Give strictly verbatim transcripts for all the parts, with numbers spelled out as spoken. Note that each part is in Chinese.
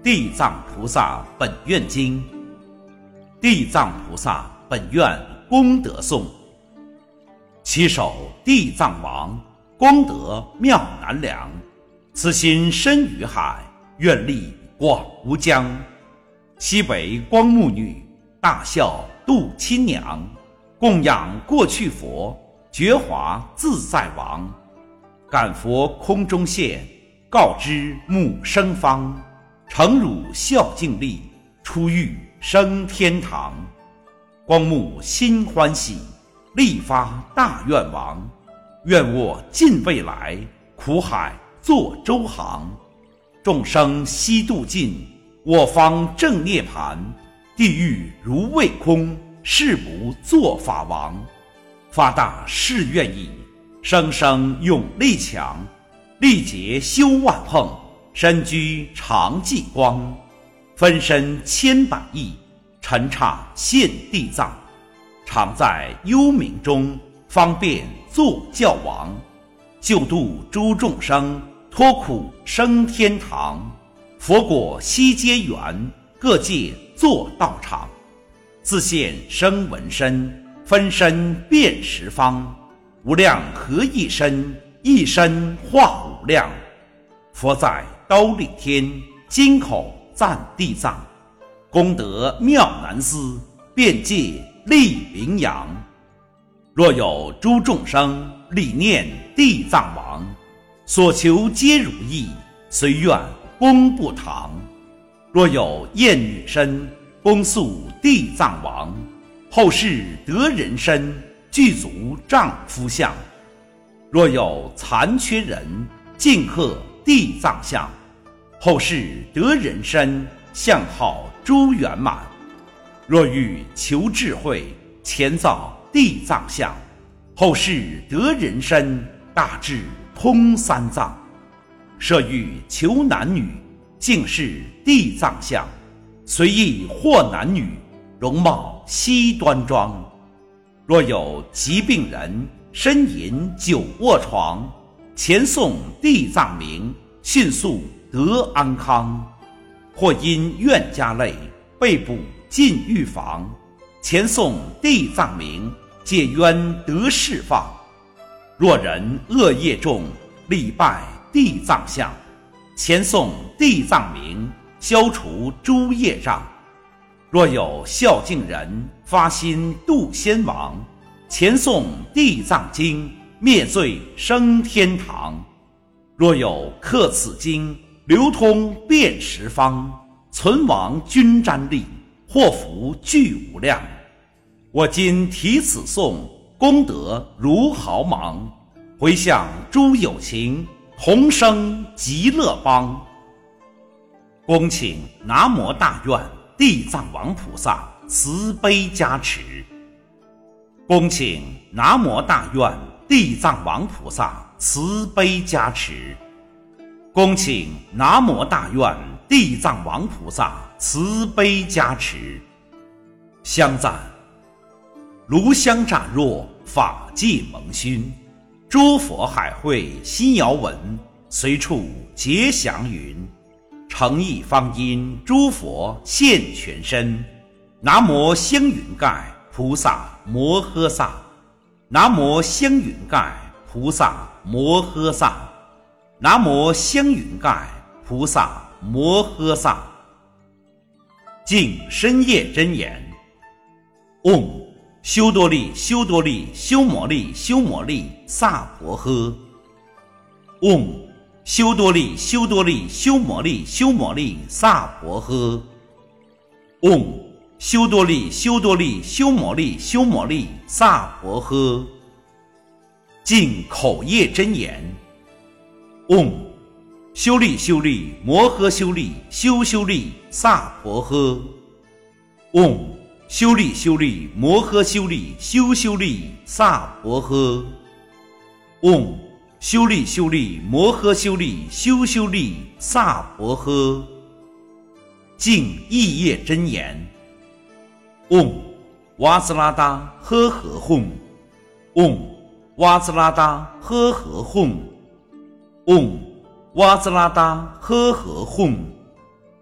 地藏菩萨本愿经》，地藏菩萨本愿功德颂。其首地藏王，功德妙难量，慈心深于海，愿力广无疆。西北光目女，大孝度亲娘，供养过去佛，觉华自在王。感佛空中现，告知母生方，承汝孝敬力，出狱升天堂。光目心欢喜，力发大愿王，愿我尽未来，苦海作舟航。众生悉度尽，我方正涅槃。地狱如未空，誓不作法王。发大誓愿意，生生永力强。历劫修万横，身居常寂光。分身千百亿，尘刹现地藏。常在幽冥中，方便作教王。救度诸众生，脱苦升天堂。佛果悉皆圆，各界作道场。自现生闻身，分身遍十方。无量合一身，一身化无量。佛在刀立天，金口赞地藏。功德妙难思，遍界力名扬。若有诸众生，理念地藏王，所求皆如意，随愿功不唐。若有厌女身，恭诉地藏王，后世得人身，具足丈夫相。若有残缺人，敬贺地藏像，后世得人身，相号诸圆满。若欲求智慧，前造地藏像，后世得人身，大智通三藏。设欲求男女，敬视地藏像，随意或男女，容貌悉端庄。若有疾病人，呻吟久卧床，前诵地藏名，迅速得安康。或因怨家累，被捕进狱房，前诵地藏名，解冤得释放。若人恶业重，礼拜地藏像，前诵地藏名，消除诸业障。若有孝敬人，发心度先王，前诵地藏经，灭罪升天堂。若有刻此经，流通遍十方，存亡均沾力，祸福俱无量。我今题此颂，功德如毫芒，回向诸有情，同生极乐邦。恭请南无大愿地藏王菩萨慈悲加持。恭请南无大愿地藏王菩萨慈悲加持。恭请南无大愿地藏王菩萨慈悲加持。香赞：炉香乍若，法界蒙熏。诸佛海会心遥闻，随处结祥云。诚意方因诸佛现全身。南无香云盖菩萨摩诃萨。南无香云盖菩萨摩诃萨。南无香云盖菩萨摩诃萨。敬深夜真言：嗡修多利修多利修摩利修摩利萨婆诃。嗡修多利修多利修摩利修摩利萨婆诃。嗡修多利修多利修摩利修摩利萨婆诃。敬口业真言：嗡修利修利摩诃修利修修利萨婆诃。嗡修利修利摩诃修利修修利萨婆诃。嗡修利修利摩诃修利修修利萨婆诃。敬意业真言：嗡哇兹拉达呵呵吽。嗡哇兹拉达呵呵吽。嗡哇兹拉达呵呵吽。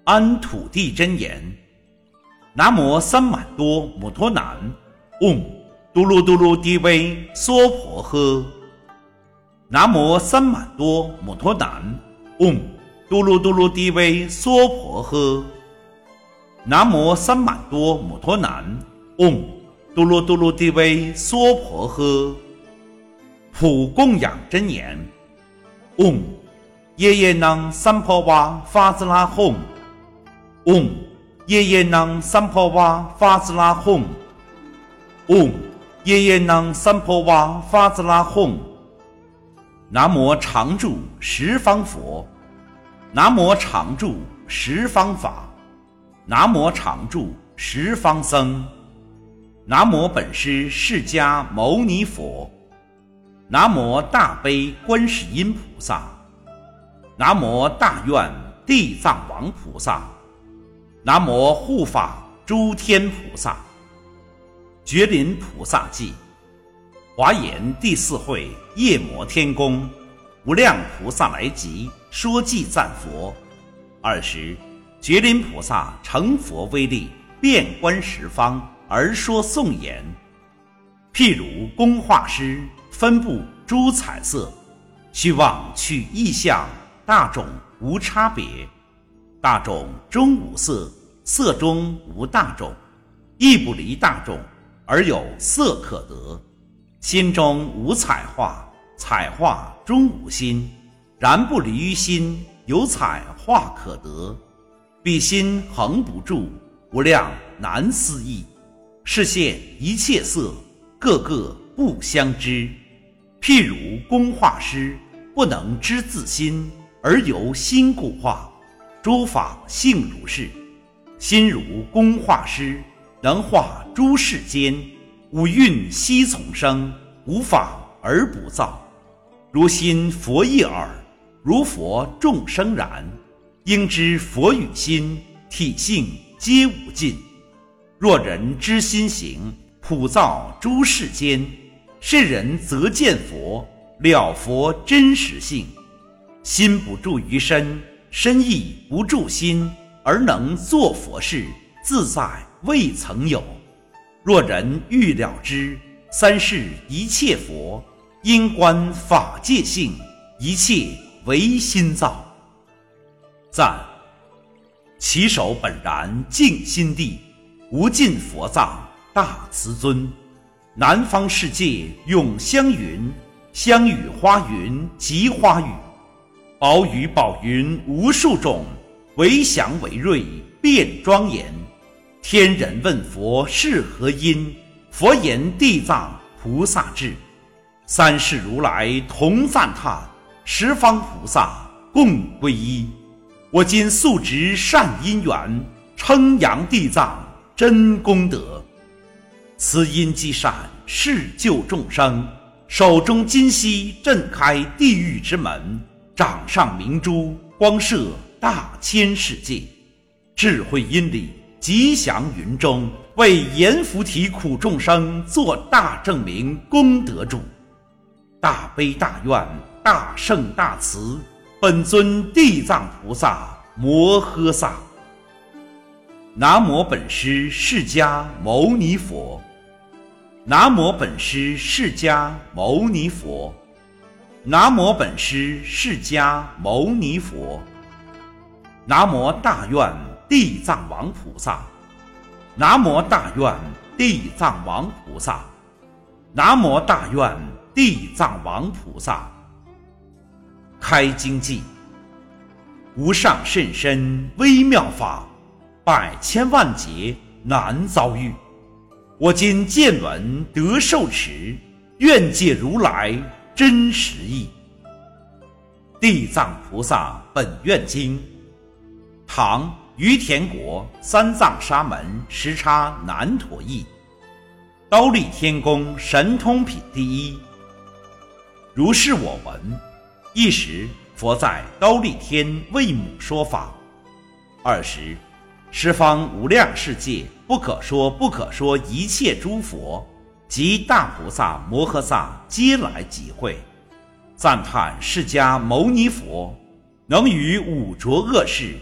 安土地真言：南无三满多摩托南，嗡嘟噜嘟噜滴威娑婆诃。南无三满多摩托南，嗡嘟噜嘟噜滴威娑婆诃。南无三满多摩托南，嗡嘟噜嘟噜滴威娑婆诃。普供养真言：嗡耶耶囊三婆哇发兹拉吽，嗡耶耶囊三婆哇发兹拉吽，嗡耶耶囊三婆哇发兹拉吽。南无常住十方佛，南无常住十方法，南无常住十方僧，南无本师释迦牟尼佛，南无大悲观世音菩萨，南无大愿地藏王菩萨，南无护法诸天菩萨。觉林菩萨记。华严第四会夜摩天宫，无量菩萨来集，说偈赞佛。二十，觉林菩萨成佛威力，遍观十方而说颂言。譬如工画师分布诸彩色，须妄取意象，大种无差别，大种中无色，色中无大种，亦不离大种，而有色可得。心中无彩画，彩画中无心，然不离于心，有彩画可得。彼心恒不住，无量难思议。是现一切色，个个不相知。譬如工画师不能知自心，而由心故画，诸法性如是。心如工画师，能画诸世间，五蕴悉从生，无法而不造。如心佛一耳，如佛众生然。应知佛与心体性皆无尽。若人知心行，普造诸世间，是人则见佛，了佛真实性。心不住于身，身亦不住心，而能作佛事，自在未曾有。若人欲了知三世一切佛，因观法界性，一切唯心造。赞。其手本然净心地，无尽佛藏大慈尊。南方世界永香云，香雨花云及花雨，宝雨宝云无数种，为祥为瑞变庄严。天人问佛是何因，佛言地藏菩萨智。三世如来同赞叹，十方菩萨共皈依。我今素植善因缘，称扬地藏真功德。慈因积善，是救众生。手中金锡震开地狱之门，掌上明珠光射大千世界。智慧因理吉祥云中，为阎浮提苦众生做大证明功德主。大悲大愿大圣大慈，本尊地藏菩萨摩诃萨。南无本师释迦牟尼佛，南无本师释迦牟尼佛，南无本师释迦牟尼佛。南无大愿地藏王菩萨，南无大愿地藏王菩萨，南无大愿地藏王菩萨。开经偈：无上甚深微妙法，百千万劫难遭遇。我今见闻得受持，愿解如来真实义。地藏菩萨本愿经，唐于田国三藏沙门时叉难陀译，忉利天宫神通品第一。如是我闻，一时佛在忉利天为母说法。二十，十方无量世界不可说不可说一切诸佛及大菩萨摩诃萨皆来集会，赞叹释迦牟尼佛能于五浊恶世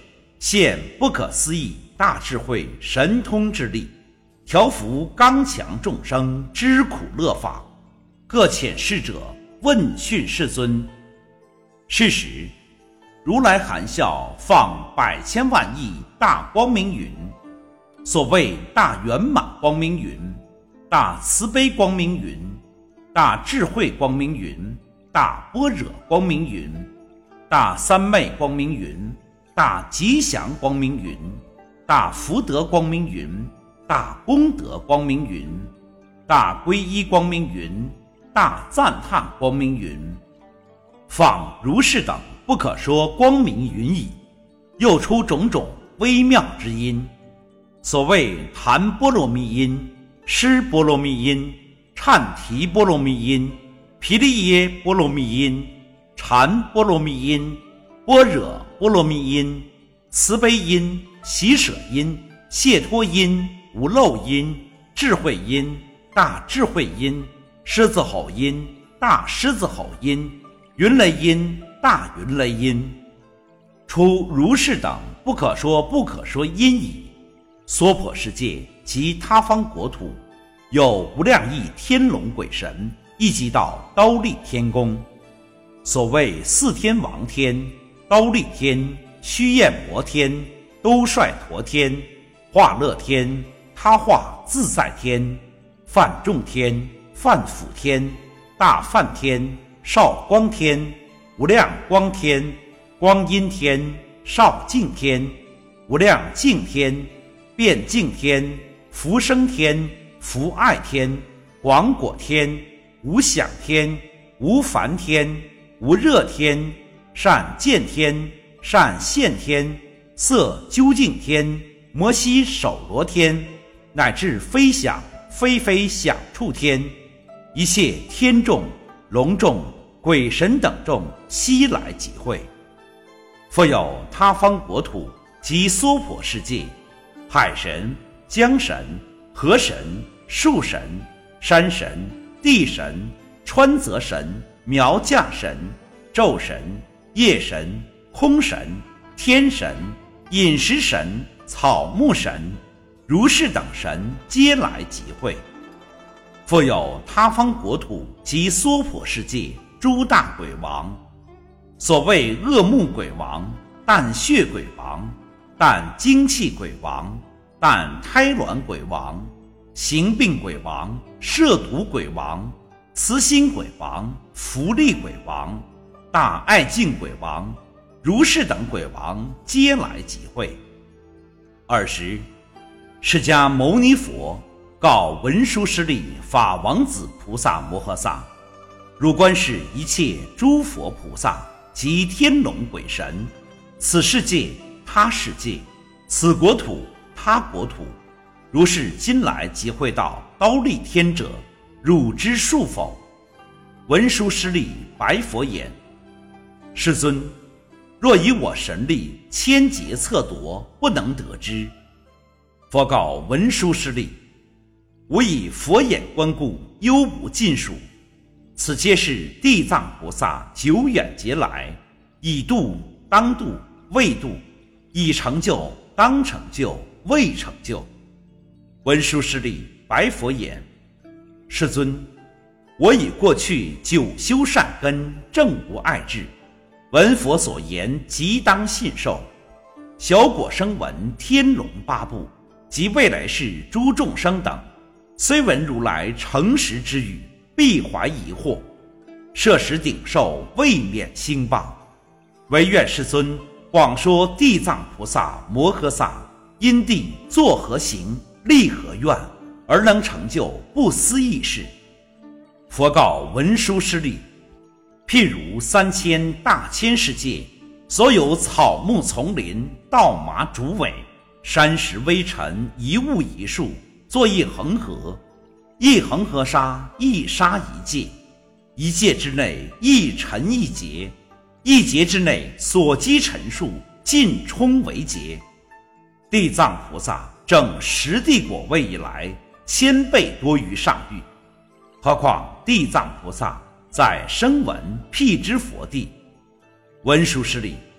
现不可思议大智慧神通之力，调伏刚强众生之苦乐法，各遣使者问讯世尊。是时，如来含笑放百千万亿大光明云，所谓大圆满光明云、大慈悲光明云、大智慧光明云、大般若光明云、大三昧光明云、大吉祥光明云、大福德光明云、大功德光明云、大皈依光明云、大赞叹光明云，放如是等不可说光明云矣。又出种种微妙之音，所谓檀波罗蜜音、尸波罗蜜音、颤提波罗蜜音、毗利耶波罗蜜音、禅波罗蜜音、般若波罗蜜音、慈悲音、喜舍音、解脱音、无漏音、智慧音、大智慧音、狮子吼音、大狮子吼音、云雷音、大云雷音，出如是等不可说不可说音矣。娑婆世界及他方国土，有无量亿天龙鬼神，一即到忉利天宫。所谓四天王天、忉利天、须焰摩天、兜率陀天、化乐天、他化自在天、梵众天、梵辅天、大梵天、少光天、无量光天、光阴天、少净天、无量净天、变净天、福生天、福爱天、广果天、无想天、无烦天、无热天、善见天、善现天、色究竟天、摩西首罗天，乃至非想非非想处天，一切天众、龙众、鬼神等众悉来集会。复有他方国土及娑婆世界，海神、江神、河神、树神、山神、地神、川泽神、苗架神、昼神、夜神、空神、天神、饮食神、草木神，如是等神皆来集会。复有他方国土及娑婆世界诸大鬼王，所谓恶目鬼王、啖血鬼王、啖精气鬼王、啖胎卵鬼王、行病鬼王、摄毒鬼王、慈心鬼王、福利鬼王、大爱敬鬼王，如是等鬼王皆来集会。尔时，释迦牟尼佛告文殊师利法王子菩萨摩诃萨，汝观视一切诸佛菩萨及天龙鬼神，此世界他世界，此国土他国土，如是今来集会到忉利天者，汝知数否？文殊师利白佛言：世尊，若以我神力千劫测夺，不能得知。佛告文殊师利：吾以佛眼观顾，犹无尽数。此皆是地藏菩萨久远劫来，已度当度未度，已成就当成就未成就。文殊师利白佛言：世尊，我以过去久修善根，正无碍智，闻佛所言，即当信受。小果声闻天龙八部及未来世诸众生等，虽闻如来诚实之语，必怀疑惑，设时顶受，未免兴谤。唯愿世尊广说地藏菩萨摩诃萨因地作何行，立何愿，而能成就不思议事。佛告文殊师利：譬如三千大千世界，所有草木丛林、稻麻竹苇、山石微尘，一物一树，作一恒河，一恒河沙，一沙一界，一界之内一尘一劫，一劫之内所积尘数，尽充为劫。地藏菩萨证十地果位以来，千倍多于上域，何况地藏菩萨在声闻辟支佛地。文殊师利，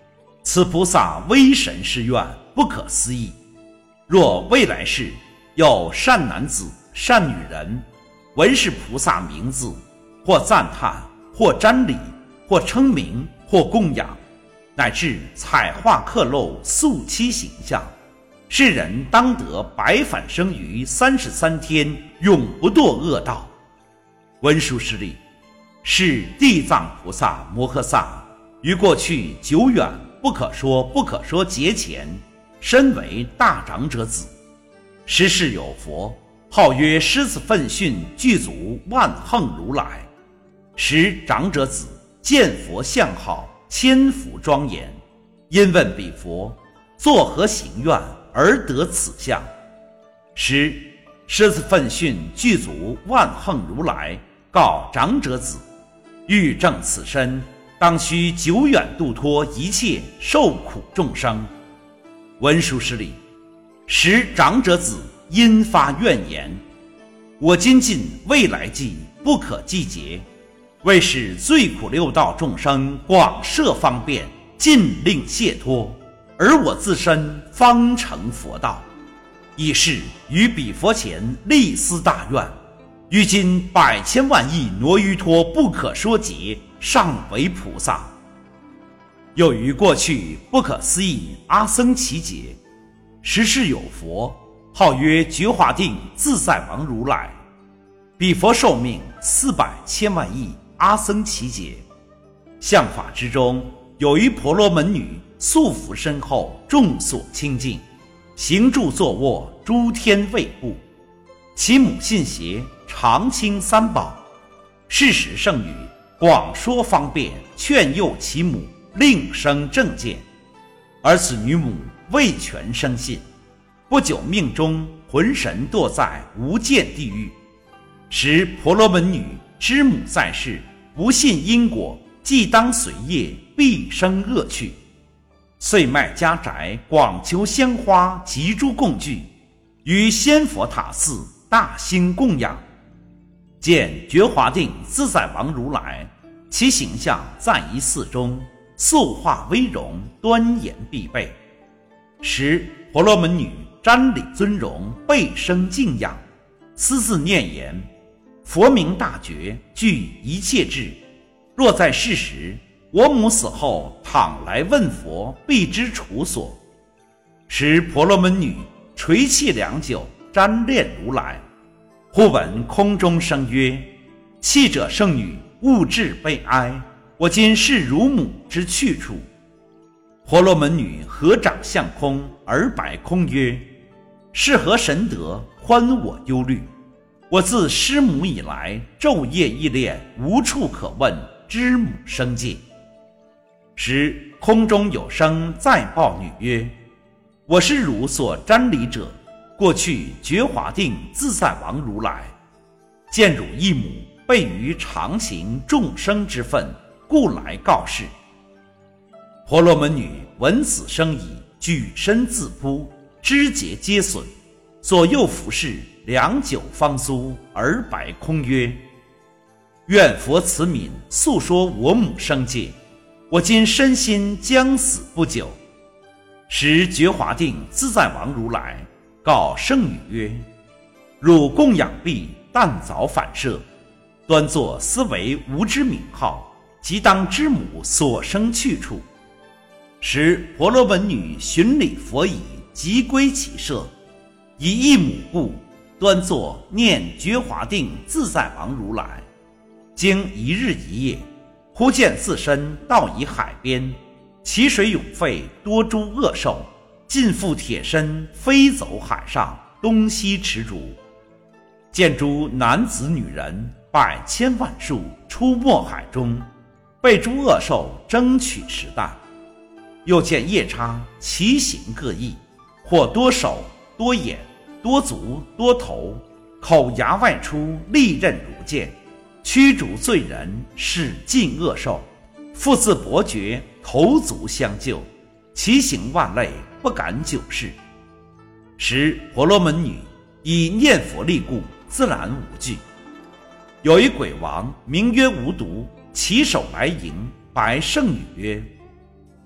此菩萨威神誓愿，不可思议。若未来世有善男子、善女人，闻是菩萨名字，或赞叹，或瞻礼，或称名，或供养，乃至彩画刻镂塑漆形象，是人当得百返生于三十三天，永不堕恶道。文殊师利，是地藏菩萨摩诃萨于过去久远不可说不可说劫前，身为大长者子。时世有佛，号曰狮子奋训具足万横如来。时长者子见佛相好，千福庄严，因问彼佛作何行愿而得此相？时狮子奋训具足万横如来告长者子，欲证此身，当须久远度脱一切受苦众生。文殊师利，时长者子因发愿言：我今尽未来际不可计劫，为使罪苦六道众生广设方便，尽令解脱，而我自身方成佛道，以是于彼佛前立斯大愿，于今百千万亿挪于脱不可说劫，尚为菩萨。又于过去不可思议阿僧祇劫，时世有佛，号曰觉华定自在王如来。彼佛寿命四百千万亿阿僧祇劫。相法之中，有一婆罗门女，素服身后，众所清净，行住坐卧，诸天畏怖。其母信邪，常亲三宝。是时圣语广说方便，劝诱其母，令生正见。而此女母未全生信，不久命中魂神堕在无间地狱。时婆罗门女知母在世，不信因果，既当随业，必生恶趣。遂卖家宅，广求香花及诸供具，于仙佛塔寺大兴供养。见觉华定自在王如来，其形象在一寺中，塑化威容，端严必备。时婆罗门女瞻礼尊荣，倍生敬仰，私自念言：佛名大觉，具一切智。若在世时，我母死后，倘来问佛，必知处所。时婆罗门女垂泣良久，瞻恋如来。忽闻空中声曰：泣者圣女，勿至悲哀，我今是汝母之去处。婆罗门女合掌向空，而白空曰：是何神德，宽我忧虑？我自失母以来，昼夜忆恋，无处可问，知母生界。时空中有声再报女曰：我是汝所瞻礼者，过去觉华定自在王如来。见汝一母备于常行众生之分，故来告示。婆罗门女闻此声已，举身自扑，肢节皆损，左右服侍，良久方苏，而白空曰：愿佛慈悯，诉说我母生界，我今身心将死不久。时觉华定自在王如来告圣女曰：汝供养毕，但早反射，端坐思为吾之名号，即当知母所生去处。时婆罗门女寻礼佛已，即归其舍，以一母故，端坐念觉华定自在王如来。经一日一夜，忽见自身到一海边，其水涌沸，多诸恶兽，尽附铁身，飞走海上，东西驰逐。见诸男子女人百千万数出没海中，被诸恶兽争取食啖。又见夜叉其形各异，或多手多眼多足多头，口牙外出，利刃如剑，驱逐罪人，使尽恶兽，复自伯爵，头足相救，其形万类，不敢久视。时婆罗门女以念佛力故，自然无惧。有一鬼王名曰无毒，起手来迎，白圣女曰：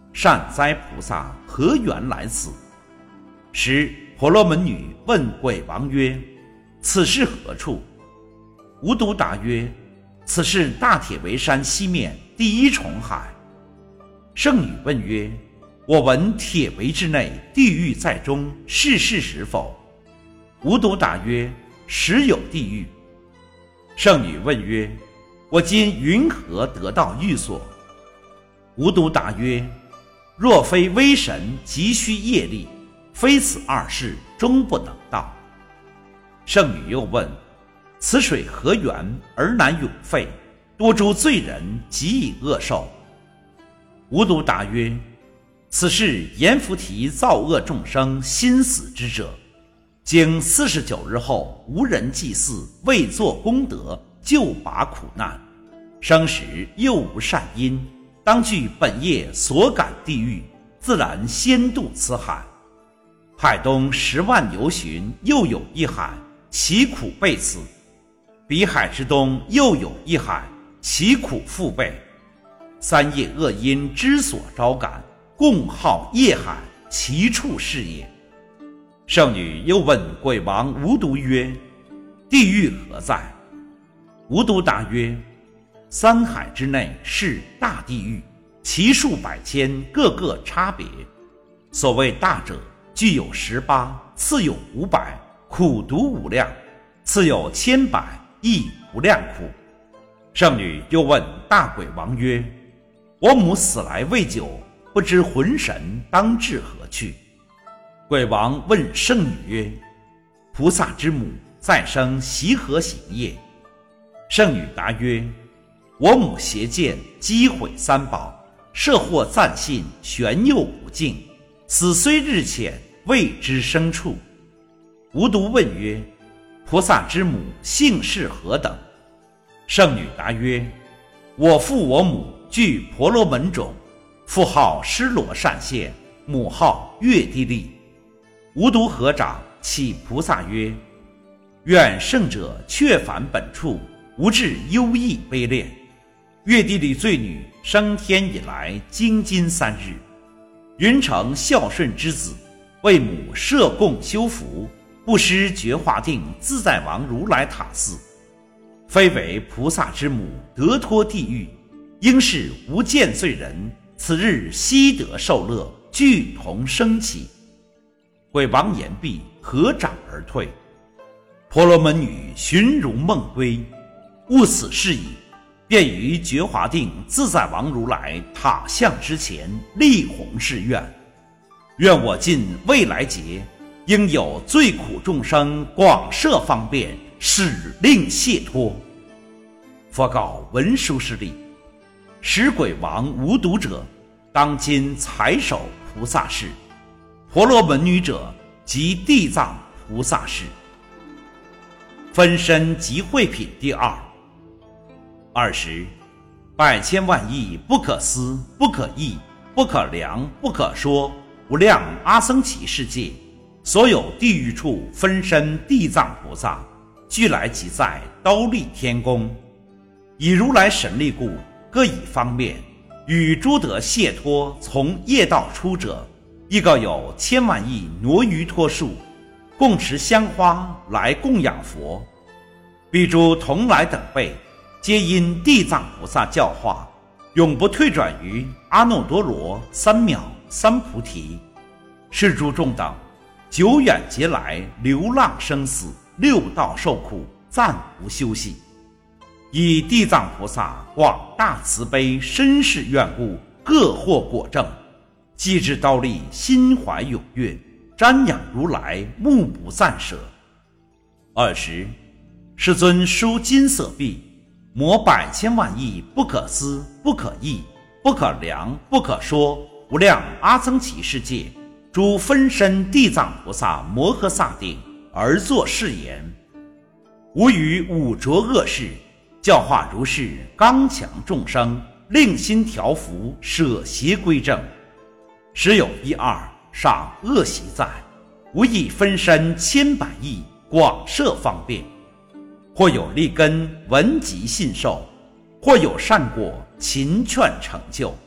善哉菩萨何缘来此？时婆罗门女问鬼王曰：此是何处？无毒答曰：此是大铁围山西面第一重海。圣女问曰：我闻铁围之内地狱在中，是事实否？无毒答曰：实有地狱。圣女问曰：我今云何得到寓所？无毒答曰：若非威神急需业力，非此二事终不能到。圣女又问：此水何源而难永沸？多诸罪人即以恶受。无毒答曰：此是阎浮提造恶众生心死之者，经四十九日后无人祭祀，未作功德，救拔苦难，生时又无善因，当据本业所感地狱，自然先渡此海。海东十万由旬，又有一海，其苦倍此。彼海之东又有一海，其苦复倍。三业恶因之所招感，共号业海，其处是也。圣女又问鬼王无毒曰：地狱何在？无毒答曰：三海之内是大地狱，其数百千，各个差别。所谓大者，具有十八，次有五百，苦毒无量，次有千百，亦无量苦。圣女又问大鬼王曰：我母死来未久，不知魂神当至何去？鬼王问圣女曰：菩萨之母再生习何行业？圣女答曰：我母邪见，击毁三宝，摄获暂信，玄佑不净，死虽日浅，未知生处。无毒问曰：菩萨之母姓氏何等？圣女答曰：我父我母具婆罗门种，父号施罗善现，母号月地利。无毒合掌启菩萨曰：愿圣者却返本处，无至忧异悲恋。月地利罪女升天以来，精金三日，云成孝顺之子，为母设供修福，不失觉华定自在王如来塔寺。非为菩萨之母得脱地狱，应是无间罪人，此日悉得受乐，俱同升起。鬼王言毕，合掌而退。婆罗门女寻如梦归，悟此事矣，便于觉华定自在王如来塔像之前立弘誓愿：愿我尽未来劫，应有最苦众生广设方便，使令解脱。佛告文殊师利：使鬼王无毒者，当今财首菩萨事；婆罗门女者，即地藏菩萨事。分身集会品第二。二十，百千万亿不可思不可议不可量不可说无量阿僧祇世界，所有地狱处分身地藏菩萨，俱来即在刀立天宫，以如来神力故，各以方便，与诸得解脱从业道出者，亦各有千万亿挪于脱树，共持香花来供养佛。彼诸同来等辈，皆因地藏菩萨教化，永不退转于阿耨多罗三藐三菩提。是诸众等久远劫来流浪生死，六道受苦，暂无休息。以地藏菩萨广大慈悲，深世愿故，各获果证。既至刀立，心怀踊跃，瞻仰如来，目不暂舍。二十，世尊书金色壁，摩百千万亿不可思不可议不可量不可说无量阿僧祇世界，诸分身地藏菩萨摩诃萨顶，而作是言：吾于五浊恶世，教化如是刚强众生，令心调伏，舍邪归正。时有一二，赏恶习在，无以分身千百亿，广设方便。或有利根，闻及信受；或有善果，勤劝成就；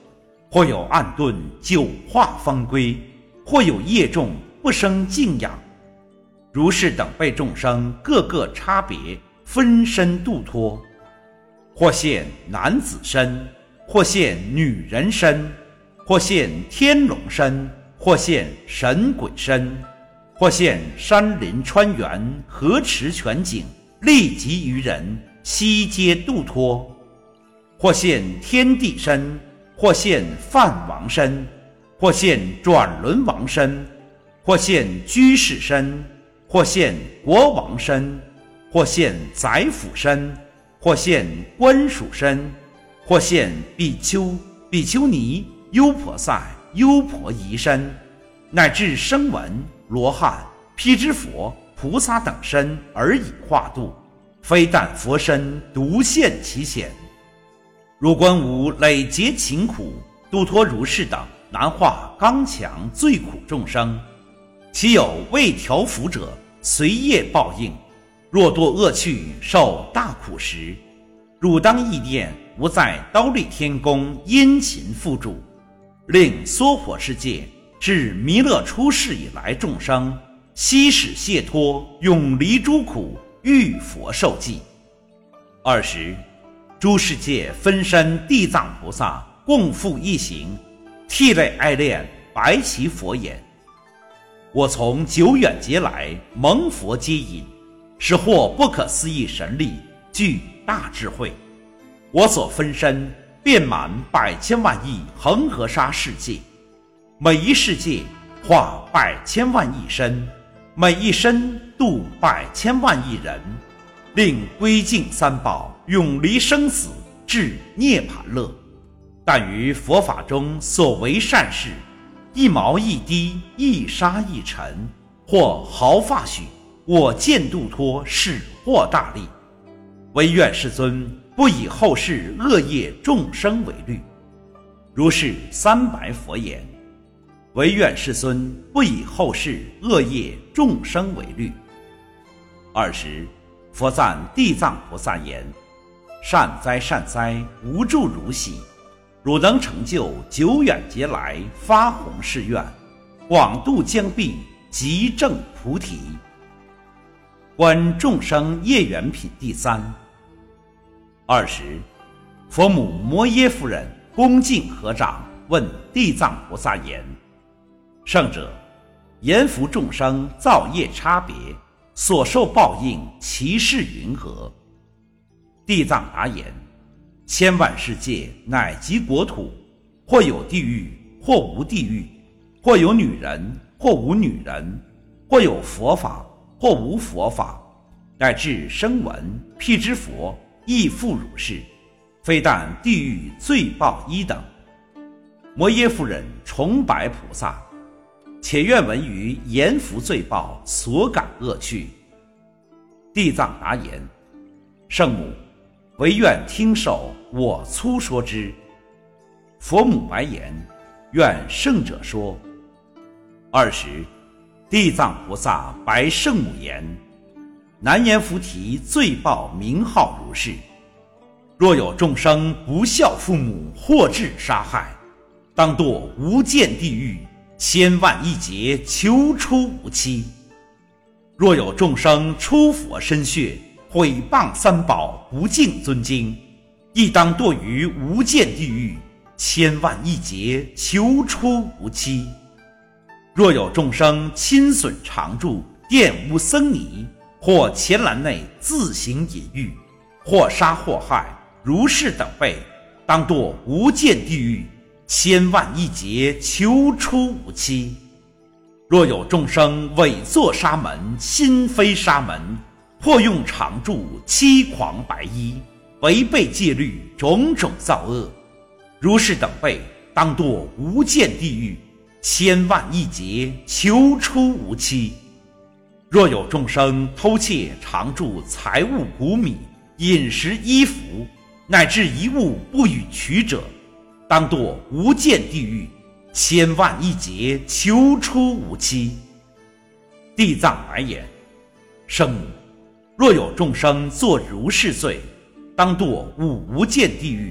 或有暗遁久化方归，或有业重不生敬仰。如是等辈众生各个差别分身度脱，或现男子身，或现女人身，或现天龙身，或现神鬼身，或现山林川原河池泉井，利己于人，悉皆度脱；或现天地身，或现梵王身，或现转轮王身，或现居士身，或现国王身，或现宰辅身，或现官属身，或现比丘、比丘尼、优婆塞、优婆夷身，乃至声闻、罗汉、辟支佛、菩萨等身而以化度，非但佛身独现其显。如观无累劫勤苦，度脱如是等难化刚强最苦众生，其有未调伏者，随业报应。若堕恶趣，受大苦时，汝当意念吾在忉利天宫殷勤付嘱，令娑婆世界至弥勒出世以来众生悉使解脱，永离诸苦，遇佛受记。二十，诸世界分身地藏菩萨共复一行，涕泪哀恋，白其佛言：我从久远劫来，蒙佛接引，是获不可思议神力，具大智慧。我所分身遍满百千万亿恒河沙世界，每一世界化百千万亿身，每一身度百千万亿人，令归敬三宝，永离生死，至涅槃乐。但于佛法中所为善事，一毛一滴，一沙一尘，或毫发许，我见度脱，是获大利。唯愿世尊不以后世恶业众生为虑。如是三白佛言：唯愿世尊不以后世恶业众生为虑。二十，佛赞地藏菩萨言：善哉善哉，无住如喜。汝能成就久远劫来发弘誓愿，广度将毕，即证菩提。观众生业缘品第三。二十，佛母摩耶夫人恭敬合掌，问地藏菩萨言：圣者，言福众生造业差别，所受报应其事云何？地藏答言：千万世界乃及国土，或有地狱，或无地狱，或有女人，或无女人，或有佛法，或无佛法，乃至声闻、辟支佛亦复如是，非但地狱罪报一等。摩耶夫人崇拜菩萨，且愿闻于阎浮罪报所感恶趣。地藏答言：圣母，唯愿听受，我粗说之。佛母白言：愿圣者说。二十，地藏菩萨白圣母言：南阎浮提罪报名号如是，若有众生不孝父母，或致杀害，当堕无间地狱，千万亿劫，求出无期。若有众生出佛身血，毁谤三宝，不敬尊经，亦当堕于无间地狱，千万亿劫，求出无期。若有众生侵损常住，玷污僧尼，或伽蓝内自行隐喻，或杀或害，如是等辈，当堕无间地狱，千万亿劫，求出无期。若有众生伪作沙门，心非沙门，或用常住，欺狂白衣，违背戒律，种种造恶，如是等辈，当堕无间地狱，千万亿劫，求出无期。若有众生偷窃常住财物谷米、饮食衣服，乃至一物不与取者，当堕无间地狱，千万亿劫，求出无期。地藏白言：圣母，若有众生作如是罪，当堕五无间地狱，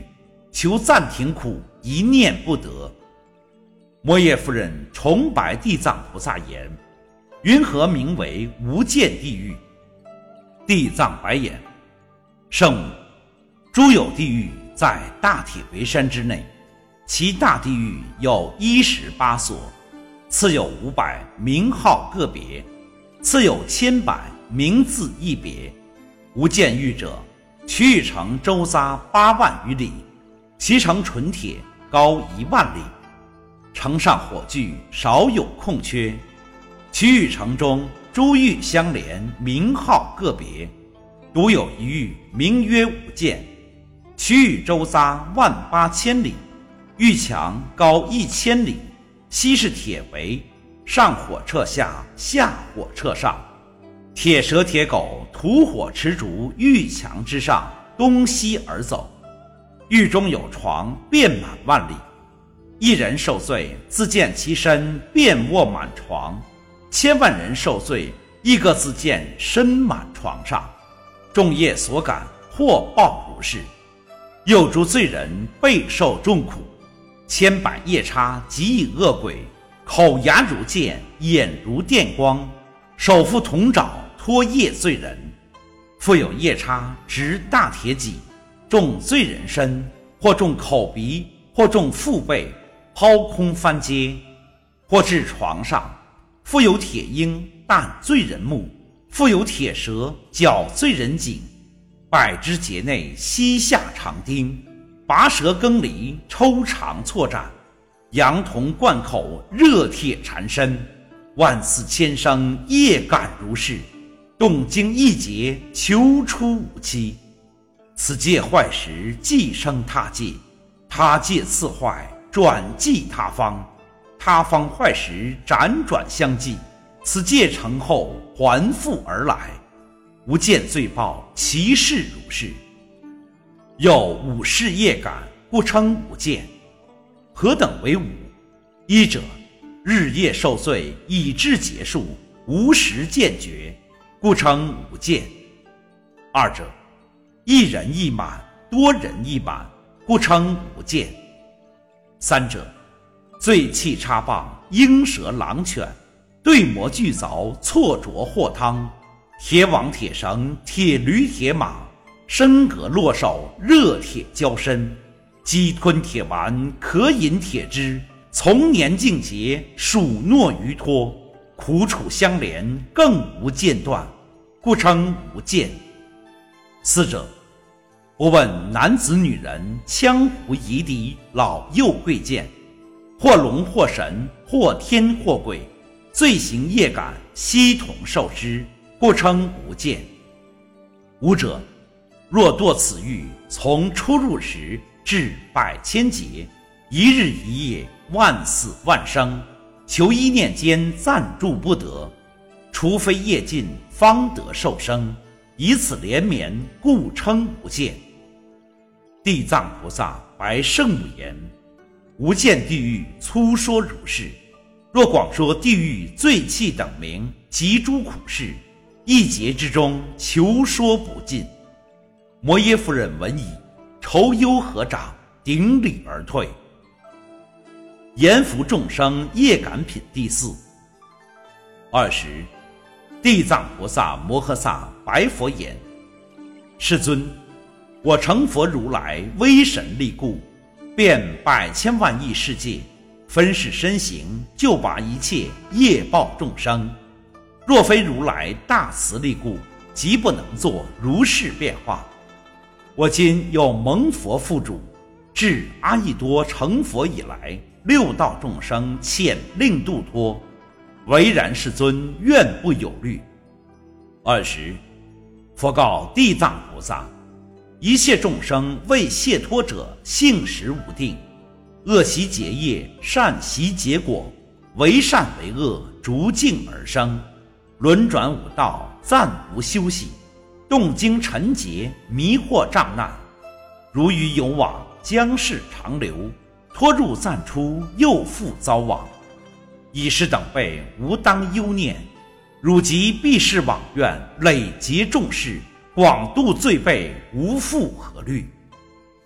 求暂停苦，一念不得。摩耶夫人重白地藏菩萨言：云何名为无间地狱？地藏白言：圣母，诸有地狱在大铁围山之内，其大地狱有一十八所，次有五百，名号各别，次有千百，名字一别。无间狱者，其域城周匝八万余里，其城纯铁，高一万里，城上火炬，少有空缺。其域城中诸狱相连，名号各别，独有一狱，名曰无间。其域周匝万八千里，狱墙高一千里，西是铁围，上火彻下，下火彻上。铁蛇铁狗吐火持烛，狱墙之上，东西而走。狱中有床，遍满万里。一人受罪，自见其身遍卧满床；千万人受罪，一个自见身满床上。众业所感，或报如是。又诸罪人备受重苦，千百夜叉极以恶鬼，口牙如剑，眼如电光，手负铜爪，拖夜罪人。复有夜叉执大铁戟，中罪人身，或中口鼻，或中腹背，抛空翻街，或至床上。复有铁鹰弹罪人目，复有铁蛇绞罪人颈，百枝节内膝下长钉，拔舌更离，抽肠错斩，羊铜贯口，热铁缠身，万死千生，业感如是，动经一劫，求出无期。此界坏时，即生他界，他界次坏，转继他方，他方坏时，辗转相继，此界成后，还复而来。无间罪报，其事如是。有五事业感，故称无间。何等为五？一者，日夜受罪，以至结束，无时见绝，故称无间。二者，一人一满，多人一满，故称无间。三者，醉气插棒，鹰蛇狼犬，对魔巨凿，错着祸汤，铁网铁绳，铁驴铁马，升格落手，热铁交身，鸡吞铁丸，渴饮铁汁，从年尽节，数诺于托，苦楚相连，更无间断，故称无间。四者，不问男子女人，羌胡夷狄，老幼贵贱，或龙或神，或天或鬼，罪行业感，悉同受之，故称无间。五者，若堕此狱，从出入时至百千劫，一日一夜，万死万生，求一念间暂住不得，除非业尽，方得受生，以此连绵，故称无间。地藏菩萨白圣母言：无间地狱粗说如是，若广说地狱罪气等名及诸苦事，一劫之中求说不尽。摩耶夫人闻已，愁忧合掌，顶礼而退。阎浮众生业感品第四。二十，地藏菩萨摩诃萨白佛言：世尊，我成佛如来威神力故，遍百千万亿世界，分世身形，救拔一切业报众生。若非如来大慈力故，即不能作如是变化。我今有蒙佛付嘱，至阿逸多成佛以来，六道众生遣令度脱，唯然世尊愿不有虑。二十，佛告地藏菩萨：一切众生为解脱者，性实无定，恶习结业，善习结果，为善为恶，逐境而生，轮转五道，暂无休息，动经尘劫，迷惑障难，如鱼有网，将逝长流，脱入暂出，又复遭网。以是等辈无当忧念，汝即必是往愿，累劫众事，广度罪辈，无复何虑。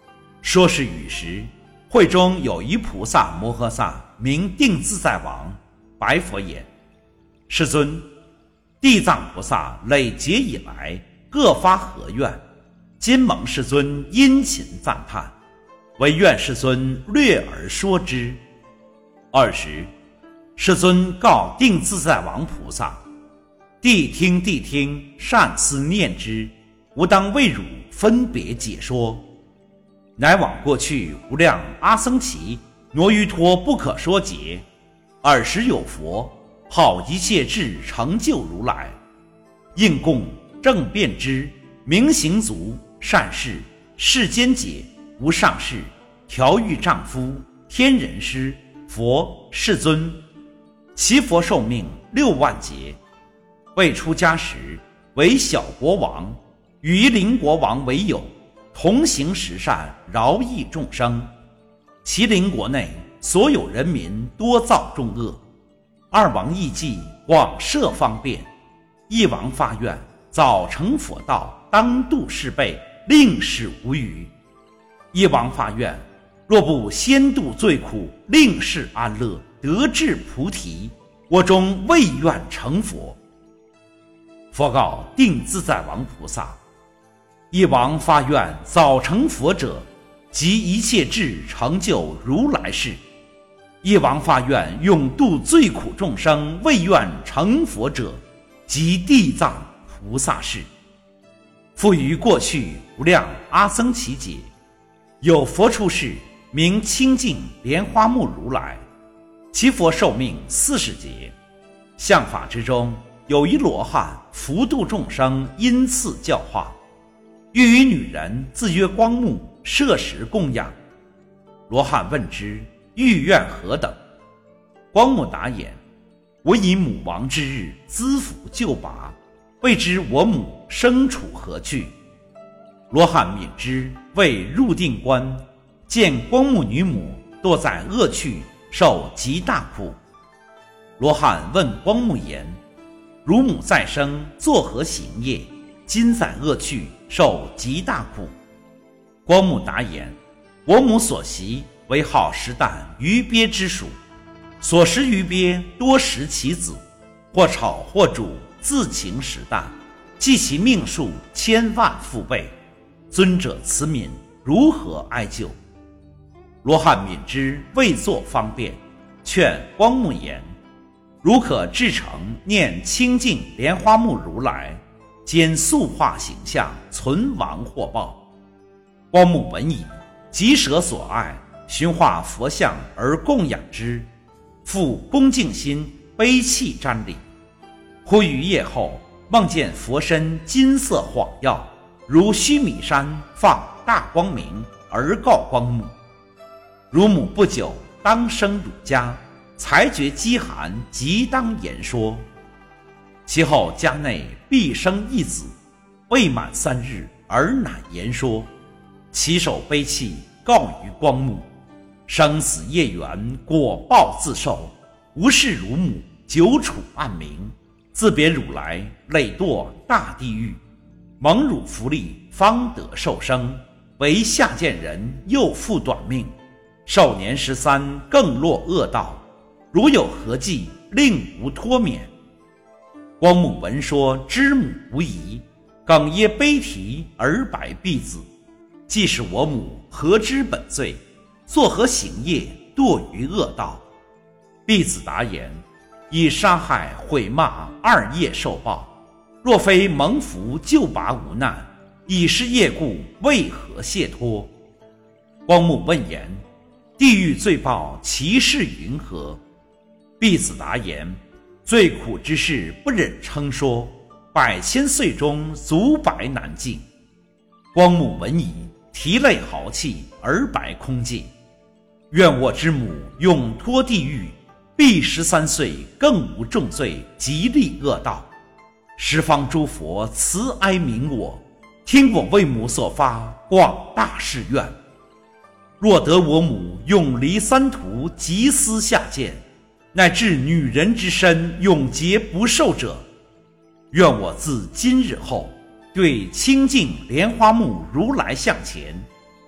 说是语时，会中有一菩萨摩诃萨名定自在王，白佛言：世尊，地藏菩萨累劫以来各发何愿？今蒙世尊殷勤赞叹，唯愿世尊略而说之。二时，世尊告定自在王菩萨：谛听谛听，善思念之，吾当为汝分别解说。乃往过去无量阿僧祇挪于托不可说解，尔时有佛号一切智成就如来，应供正遍知，明行足，善事，世间解，无上士，调御丈夫，天人师，佛世尊。其佛寿命六万劫。未出家时，为小国王，与邻国王为友，同行十善，饶益众生。其邻国内所有人民多造众恶，二王义计，广设方便。一王发愿，早成佛道，当度世辈，令使无余。一王发愿，若不先度罪苦，令世安乐，得至菩提，我终未愿成佛。佛告定自在王菩萨：一王发愿早成佛者，即一切智成就如来世；一王发愿永度罪苦众生，未愿成佛者，即地藏菩萨世。复于过去无量阿僧祇劫，有佛出世，名清净莲花目如来，其佛寿命四十劫。相法之中，有一罗汉福度众生，因次教化，欲与女人自曰光目，设食供养。罗汉问之，欲愿何等？光目答言：我以母亡之日资福救拔，未知我母生处何去。罗汉悯之，未入定观，见光目女母堕在恶趣，受极大苦。罗汉问光目言：汝母再生，作何行业？今在恶趣，受极大苦。光目答言：我母所习为好食啖鱼鳖之属，所食鱼鳖多食其子，或炒或煮，自情食啖，计其命数千万复倍。尊者慈悯，如何哀救？罗汉悯之，未作方便，劝光目言：如可至诚念清净莲花目如来，兼塑化形象，存亡获报。光目闻已，即舍所爱，寻化佛像而供养之，复恭敬心，悲泣瞻礼。忽于夜后，梦见佛身金色晃耀，如须弥山放大光明，而告光目：汝母不久当生汝家，才觉饥寒，即当言说。其后家内必生一子，未满三日，而乃言说。其手悲泣，告于光目：生死业缘，果报自受，无视汝母，久处暗冥，自别汝来，累堕大地狱，蒙汝福利，方得受生，为下贱人，又复短命，寿年十三，更落恶道。如有何计，令吾脱免。光目闻说，知母无疑，哽咽悲啼，而白婢子：既是我母，何知本罪？作何行业，堕于恶道？婢子答言：以杀害毁骂二业受报，若非蒙福救拔无难，已是业故，为何解脱？光目问言：地狱罪报其事云何？婢子答言：最苦之事不忍称说，百千岁中足百难尽。光目闻已，涕泪豪气，而白空界：愿我之母永脱地狱，必十三岁更无重罪，极利恶道。十方诸佛慈哀悯我，听我为母所发广大誓愿。若得我母永离三途，极思下贱，乃至女人之身永劫不受者，愿我自今日后对清净莲花目如来像前，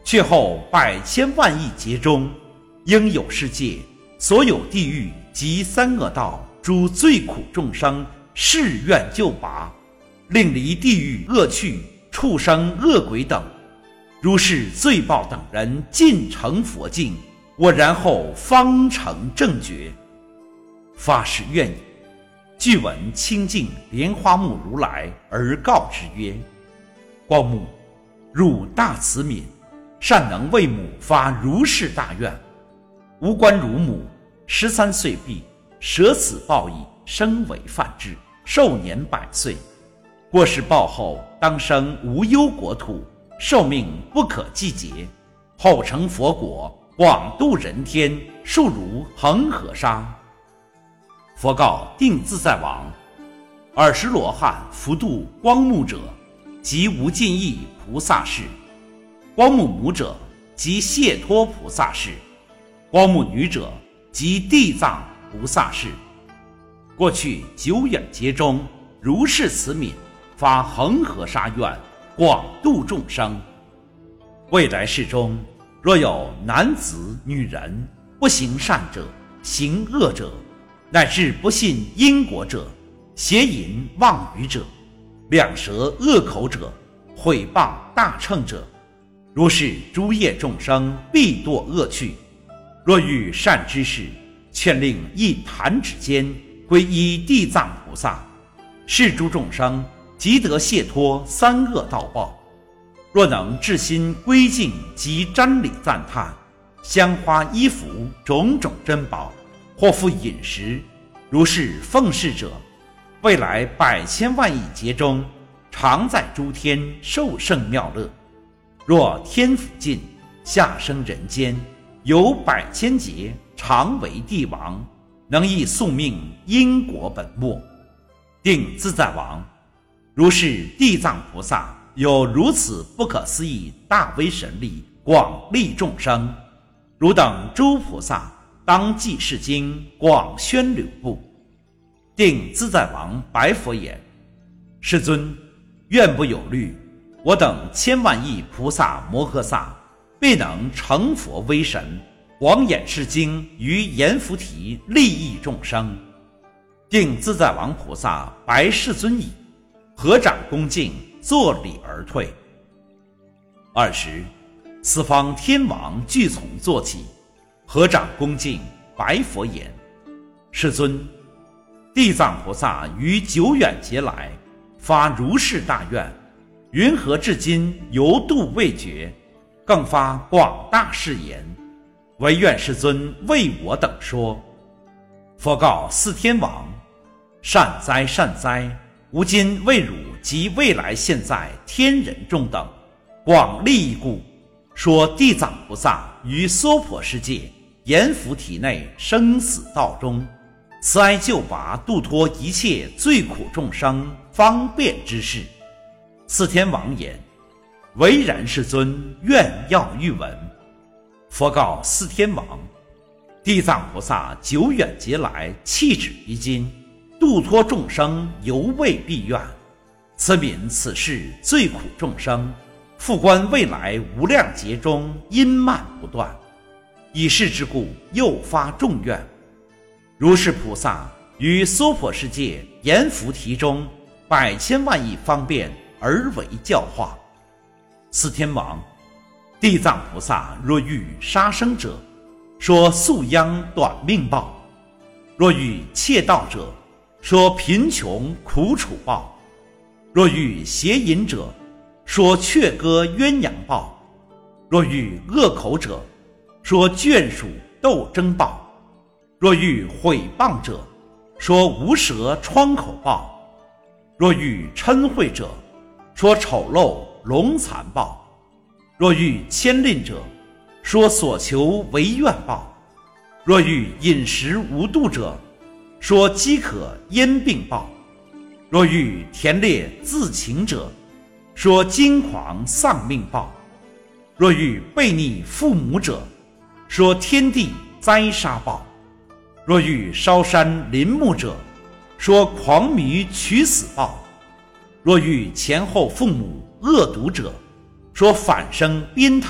却后百千万亿劫中，应有世界所有地狱及三恶道诸罪苦众生誓愿救拔，令离地狱恶趣、畜生恶鬼等，如是罪报等人尽成佛境，我然后方成正觉。发誓愿也。具闻清净莲花目如来而告之曰：光目，汝大慈悯，善能为母发如是大愿。吾观汝母十三岁毕，舍此报矣，生为梵志，寿年百岁。过世报后，当生无忧国土，寿命不可计劫。后成佛果，广度人天，数如恒河沙。佛告定自在王：尔时罗汉福度光目者，即无尽意菩萨事；光目母者，即解脱菩萨事；光目女者，即地藏菩萨事。过去久远劫中，如是慈悯，发恒河沙愿，广度众生。未来世中，若有男子女人不行善者，行恶者，乃至不信因果者，邪淫妄语者，两舌恶口者，毁谤大乘者，如是诸业众生必堕恶趣。若遇善知识，劝令一弹指间皈依地藏菩萨，是诸众生即得解脱三恶道报。若能至心归敬及瞻礼赞叹，香花衣服种种珍宝，或复饮食，如是奉事者，未来百千万亿劫中，常在诸天受胜妙乐。若天福尽，下生人间，有百千劫，常为帝王，能益宿命因果本末。定自在王：如是地藏菩萨有如此不可思议大威神力，广利众生。汝等诸菩萨当记是经，广宣流布。定自在王白佛言：世尊，愿不有虑，我等千万亿菩萨摩诃萨必能成佛威神，广演是经于阎浮提，利益众生。定自在王菩萨白世尊矣，合掌恭敬，作礼而退。二时，四方天王俱从坐起，合掌恭敬，白佛言：世尊，地藏菩萨于久远劫来发如是大愿，云何至今犹度未绝？更发广大誓言，唯愿世尊为我等说。佛告四天王：善哉善哉，吾今为汝及未来现在天人众等广利益故，说地藏菩萨于娑婆世界阎浮提内生死道中，慈哀救拔度脱一切罪苦众生方便之事。四天王言：唯然世尊愿要欲闻。佛告四天王：地藏菩萨久远劫来弃指于今，度脱众生犹未毕愿，慈悯此事罪苦众生，复观未来无量劫中因慢不断，以是之故又发众愿。如是菩萨于娑婆世界阎浮提中百千万亿方便而为教化。四天王：地藏菩萨若遇杀生者，说宿殃短命报；若遇窃盗者，说贫穷苦楚报；若遇邪淫者，说雀歌鸳鸯报；若遇恶口者，说眷属斗争报；若遇毁谤者，说无舌疮口报；若遇嗔恚者，说丑陋龙残报；若遇牵吝者，说所求为愿报；若遇饮食无度者，说饥渴咽病报；若遇田猎自情者，说惊狂丧命报；若遇悖逆父母者，说天地灾杀报；若遇烧山林木者，说狂迷取死报；若遇前后父母恶毒者，说反生鞭挞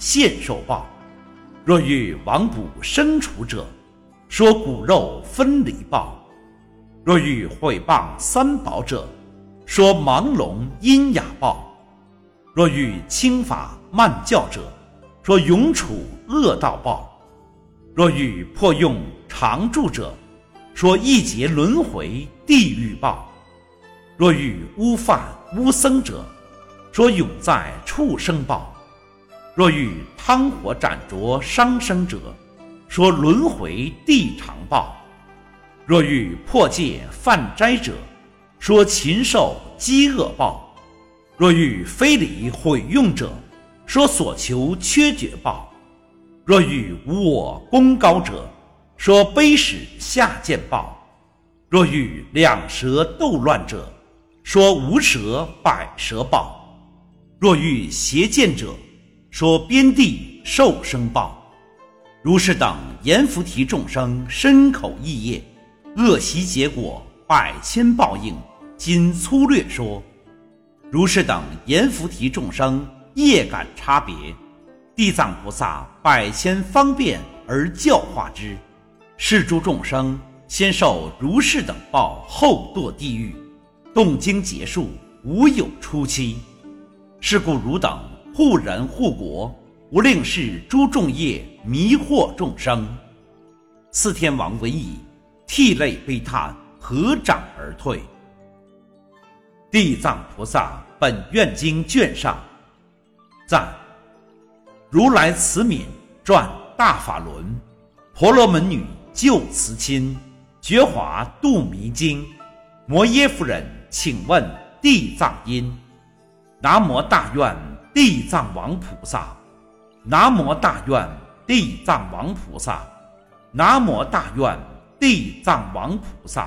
现受报。若欲亡卜生处者，说骨肉分离报。若欲毁谤三宝者，说盲聋阴哑报。若欲轻法慢教者，说永处恶道报。若欲破用常住者，说一劫轮回地狱报。若欲污犯污僧者，说永在畜生报。若欲汤火斩灼伤生者，说轮回地常报。若欲破戒犯斋者，说禽兽饥饿报。若欲非礼毁用者，说所求缺绝报。若欲无我功高者，说卑使下贱报。若欲两舌斗乱者，说无舌百舌报。若欲邪见者，说边地受生报。如是等阎浮提众生身口意业，恶习结果百千报应，今粗略说。如是等阎浮提众生业感差别，地藏菩萨百千方便而教化之，是诸众生先受如是等报，后堕地狱，动经结束，无有出期。是故汝等护人护国，无令是诸众业迷惑众生。四天王闻已，涕泪悲叹，合掌而退。地藏菩萨本愿经卷上赞：如来慈悯转大法轮，婆罗门女救慈亲，觉华度迷经。摩耶夫人请问地藏因。南无大愿地藏王菩萨，南无大愿地藏王菩萨，南无大愿地藏王菩萨。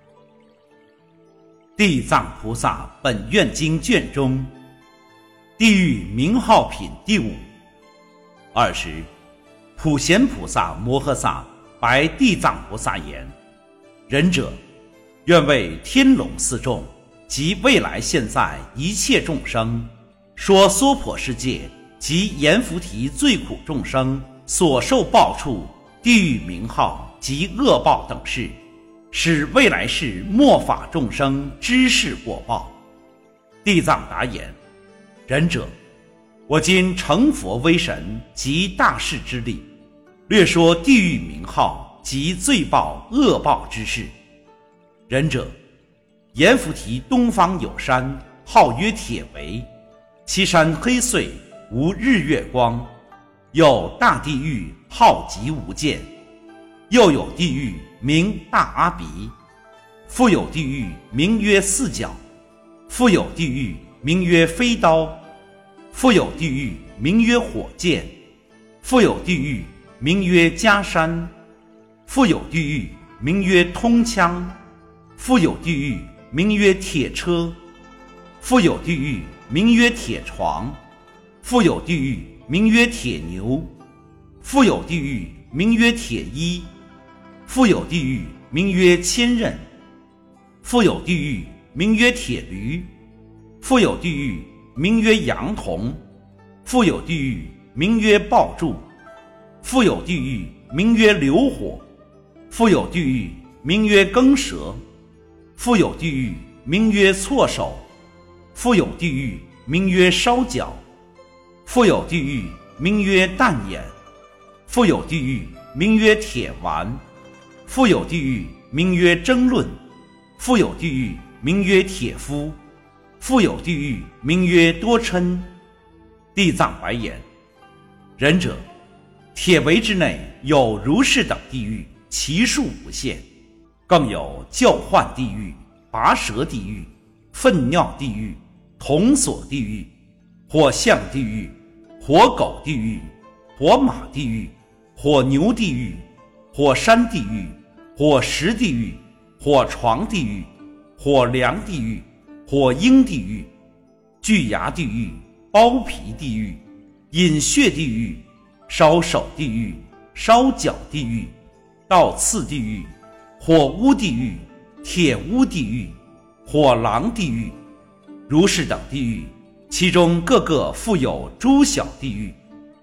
地藏菩萨本愿经卷中，地狱名号品第五。二十，普贤菩萨摩诃萨白地藏菩萨言：仁者，愿为天龙四众及未来现在一切众生，说娑婆世界及阎浮提最苦众生所受报处、地狱名号及恶报等事，使未来世末法众生知是果报。地藏答言：仁者，我今成佛威神及大士之力，略说地狱名号及罪报恶报之事。仁者，阎浮提东方有山，号曰铁围，其山黑邃，无日月光。有大地狱，号极无间。又有地狱名大阿鼻，复有地狱名曰四角，复有地狱名曰飞刀，复有地狱名曰火箭，复有地狱名曰迦山，复有地狱名曰通枪，复有地狱名曰铁车，复有地狱名曰铁床，复有地狱名曰铁牛，复有地狱名曰铁衣，复有地狱名曰千仞，复有地狱名曰铁驴，复有地狱名曰羊童，复有地狱名曰爆柱，复有地狱名曰流火，复有地狱名曰耕蛇，复有地狱名曰错手，复有地狱名曰烧脚，复有地狱名曰淡眼，复有地狱名曰铁丸，复有地狱名曰争论，复有地狱名曰铁夫，复有地狱名曰多嗔。地藏白言：仁者，铁围之内有如是等地狱，其数无限，更有叫唤地狱、拔舌地狱、粪尿地狱、铜锁地狱、火象地狱、火狗地狱、火马地狱、火牛地狱、火山地狱、火石地狱、火床地狱、火梁地狱、火鹰地狱、巨牙地狱、包皮地狱、饮血地狱、烧手地狱、烧脚地狱、倒刺地狱、火屋地狱、铁屋地狱、火狼地狱，如是等地狱，其中各个复有诸小地狱，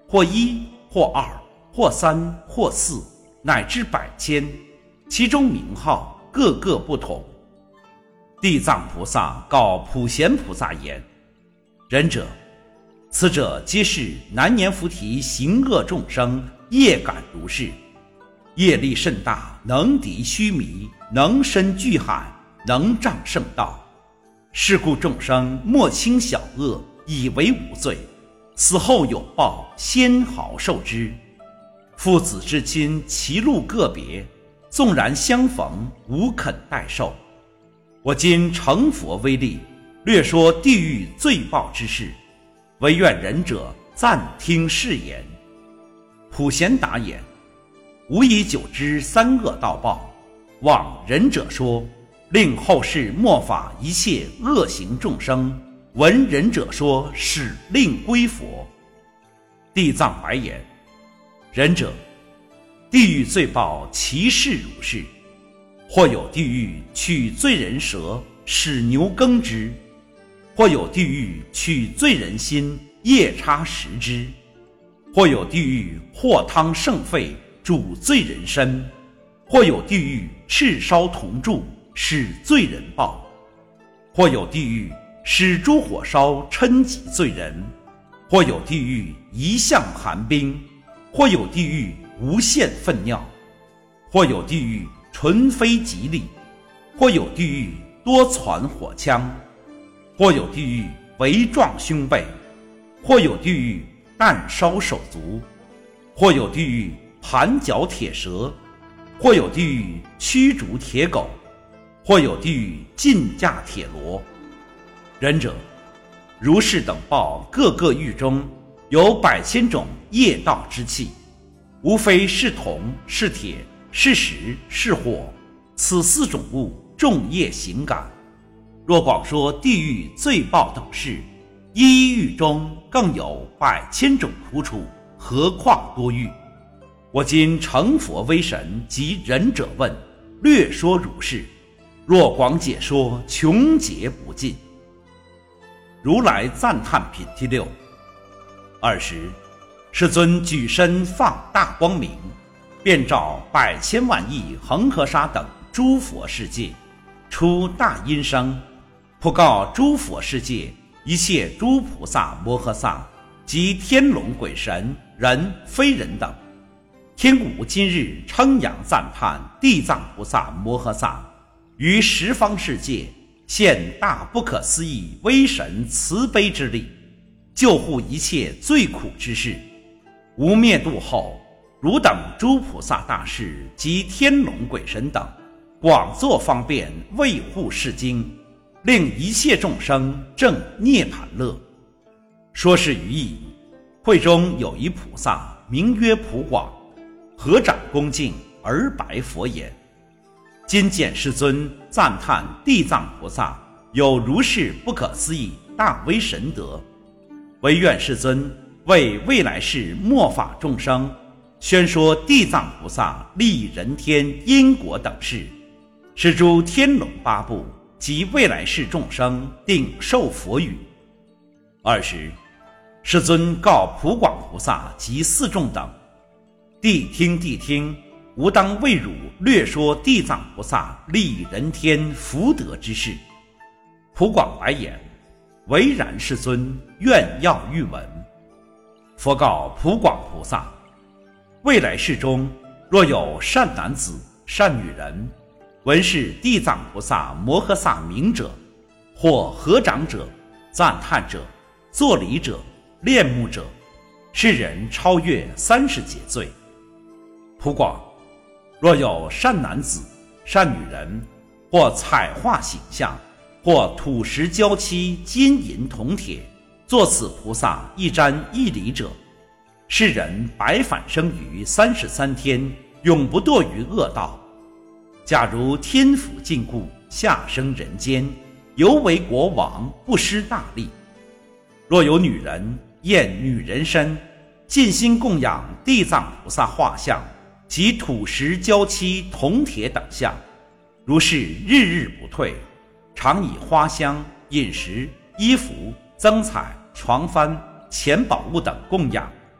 或一，或二，或三，或四，乃至百千，其中名号各个不同。地藏菩萨告普贤菩萨言：仁者，此者皆是南阎浮提行恶众生业感如是，业力甚大，能敌须弥，能深巨海，能障圣道。是故众生莫轻小恶，以为无罪，死后有报，先好受之。父子之亲，其路个别，纵然相逢，无肯代受。我今成佛威力，略说地狱罪报之事，唯愿仁者暂听是言。普贤答言：吾以久知三恶道报，望仁者说，令后世末法一切恶行众生，闻仁者说，使令归佛。地藏白言：仁者，地狱罪报其事如是。或有地狱取罪人舌，使牛耕之；或有地狱取罪人心，夜叉食之；或有地狱或汤盛沸，煮罪人身；或有地狱赤烧铜柱，使罪人报；或有地狱使诸火烧嗔己罪人；或有地狱一向寒冰；或有地狱无限粪尿；或有地狱纯非吉利；或有地狱多攒火枪；或有地狱围撞胸背；或有地狱弹烧手足；或有地狱盘绞铁蛇；或有地狱驱逐铁狗；或有地狱禁驾铁罗。仁者，如是等报各个狱中有百千种业道之气，无非是铜是铁是石是火，此四种物众业行感。若广说地狱罪报等事，一狱中更有百千种苦楚，何况多狱？我今成佛威神及仁者问，略说如是。若广解说，穷劫不尽。如来赞叹品第六。二十，世尊举身放大光明，遍照百千万亿恒河沙等诸佛世界，出大音声，普告诸佛世界一切诸菩萨摩诃萨及天龙鬼神人非人等，天吾今日称扬赞叹地藏菩萨摩诃萨于十方世界现大不可思议威神慈悲之力，救护一切最苦之事。无灭度后，汝等诸菩萨大士及天龙鬼神等，广作方便卫护世经，令一切众生证涅槃乐。说是于意，会中有一菩萨名曰普广，合掌恭敬而白佛言：今见世尊赞叹地藏菩萨有如是不可思议大威神德，唯愿世尊为未来世末法众生宣说地藏菩萨立人天因果等事，使诸天龙八部及未来世众生定受佛语。二十，世尊告普广菩萨及四众等：谛听谛听，吾当为汝略说地藏菩萨立人天福德之事。普广白言：唯然世尊，愿要欲闻。佛告普广菩萨：未来世中，若有善男子善女人，闻是地藏菩萨摩诃萨名者，或合掌者、赞叹者、作礼者、恋慕者，是人超越三十劫罪。普广，若有善男子善女人，或彩画形象，或土石胶漆金银铜铁，作此菩萨一瞻一礼者，是人白返生于三十三天，永不堕于恶道。假如天福尽故，下生人间，犹为国王，不失大利。若有女人厌女人身，尽心供养地藏菩萨画像及土石胶漆铜铁等像，如是日日不退，常以花香、饮食、衣服、增彩、床幡、钱宝物等供养，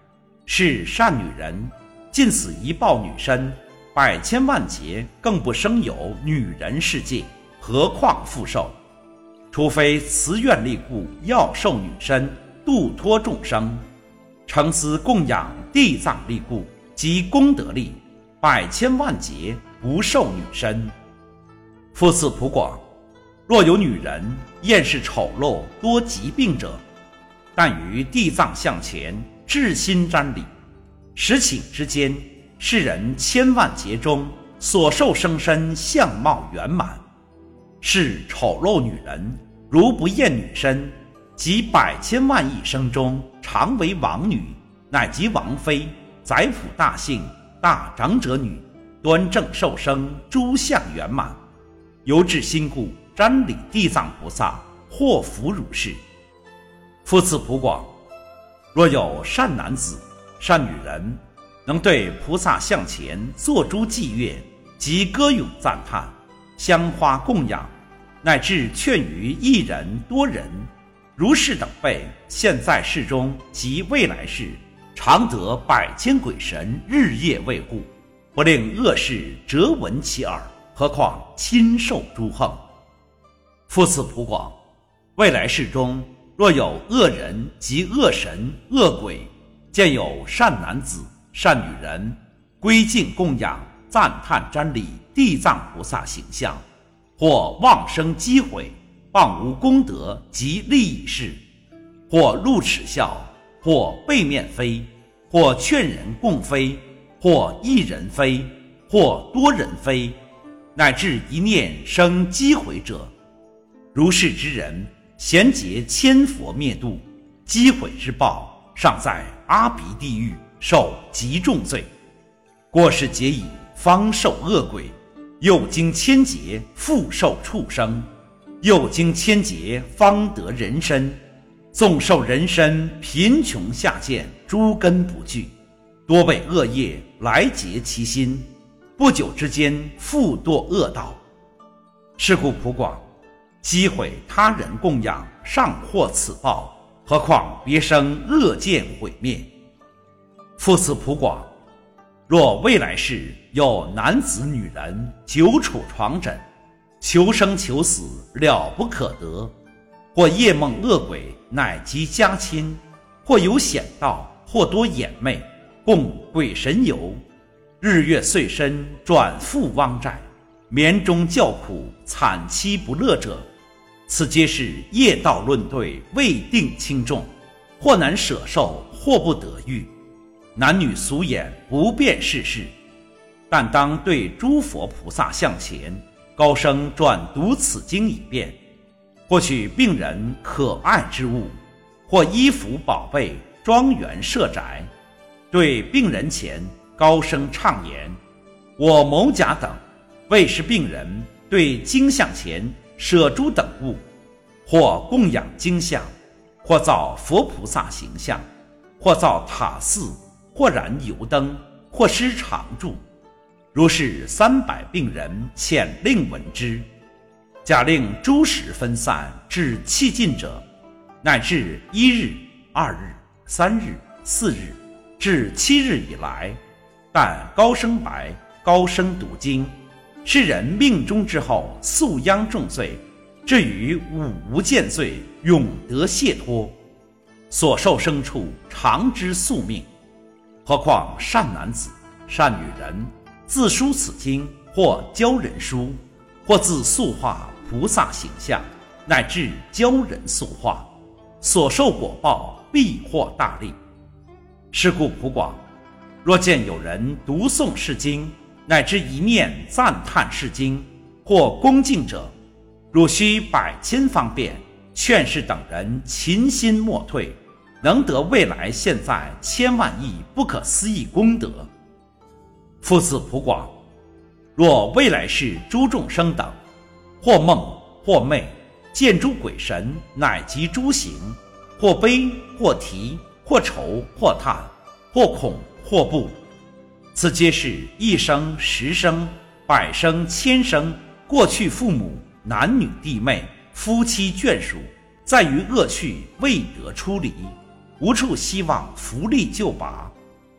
是善女人，尽死一报女身，百千万劫更不生有女人世界，何况复受？除非慈愿力故，要受女身，度脱众生，诚思供养地藏力故，及功德力，百千万劫不受女身。复次普广，若有女人厌世丑陋多疾病者，但于地藏像前至心瞻礼，时顷之间，世人千万劫中所受生身相貌圆满。是丑陋女人如不厌女身，即百千万亿生中常为王女，乃及王妃、宰辅大姓、大长者女，端正受生，诸相圆满。由至心故，瞻礼地藏菩萨，祸福如是。复次普广，若有善男子、善女人，能对菩萨像前作诸伎乐，及歌咏赞叹，香花供养，乃至劝于一人多人，如是等辈，现在世中及未来世，常得百千鬼神日夜卫护，不令恶事折闻其耳，何况亲受诸横。复次普广，未来世中若有恶人及恶神恶鬼，见有善男子善女人，归敬供养赞叹瞻礼地藏菩萨形象，或妄生讥毁，谤无功德及利益事，或露齿笑，或背面飞，或劝人共飞，或一人飞，或多人飞，乃至一念生讥毁者，如是之人，咸劫千佛灭度，击毁之报，尚在阿鼻地狱受极重罪。过是劫已，方受恶鬼，又经千劫复受畜生，又经千劫方得人身。纵受人身，贫穷下贱，诸根不具，多被恶业来结其心，不久之间复堕恶道。是故普广，击毁他人供养，尚获此报，何况别生恶见毁灭。复次普广，若未来世有男子女人久处床枕，求生求死了不可得，或夜梦恶鬼乃及家亲，或有险道，或多眼魅，共鬼神游，日月岁深，转复汪债，眠中叫苦，惨凄不乐者，此皆是业道论对，未定轻重，或难舍受，或不得遇。男女俗眼不辨世事，但当对诸佛菩萨像前，高声转读此经以遍，或取病人可爱之物，或衣服宝贝，庄园设宅，对病人前高声唱言：我某甲等为是病人，对经像前舍诸等物，或供养经像，或造佛菩萨形象，或造塔寺，或燃油灯，或施常住。如是三百病人，遣令闻之。假令诸时分散至气尽者，乃至一日、二日、三日、四日至七日以来，但高声白、高声读经，是人命中之后速殃重罪，至于五无间罪，永得解脱，所受生处常知宿命。何况善男子善女人，自书此经，或教人书，或自塑化菩萨形象，乃至教人塑化，所受果报必获大利。是故普广，若见有人读诵是经，乃至一念赞叹是经，或恭敬者，汝须百千方便，劝示等人勤心莫退，能得未来现在千万亿不可思议功德。复次普广，若未来世诸众生等，或梦或寐，见诸鬼神，乃及诸形，或悲或啼，或愁或叹，或恐或怖，此皆是一生十生百生千生过去父母男女弟妹夫妻眷属，在于恶趣未得出离，无处希望福利救拔，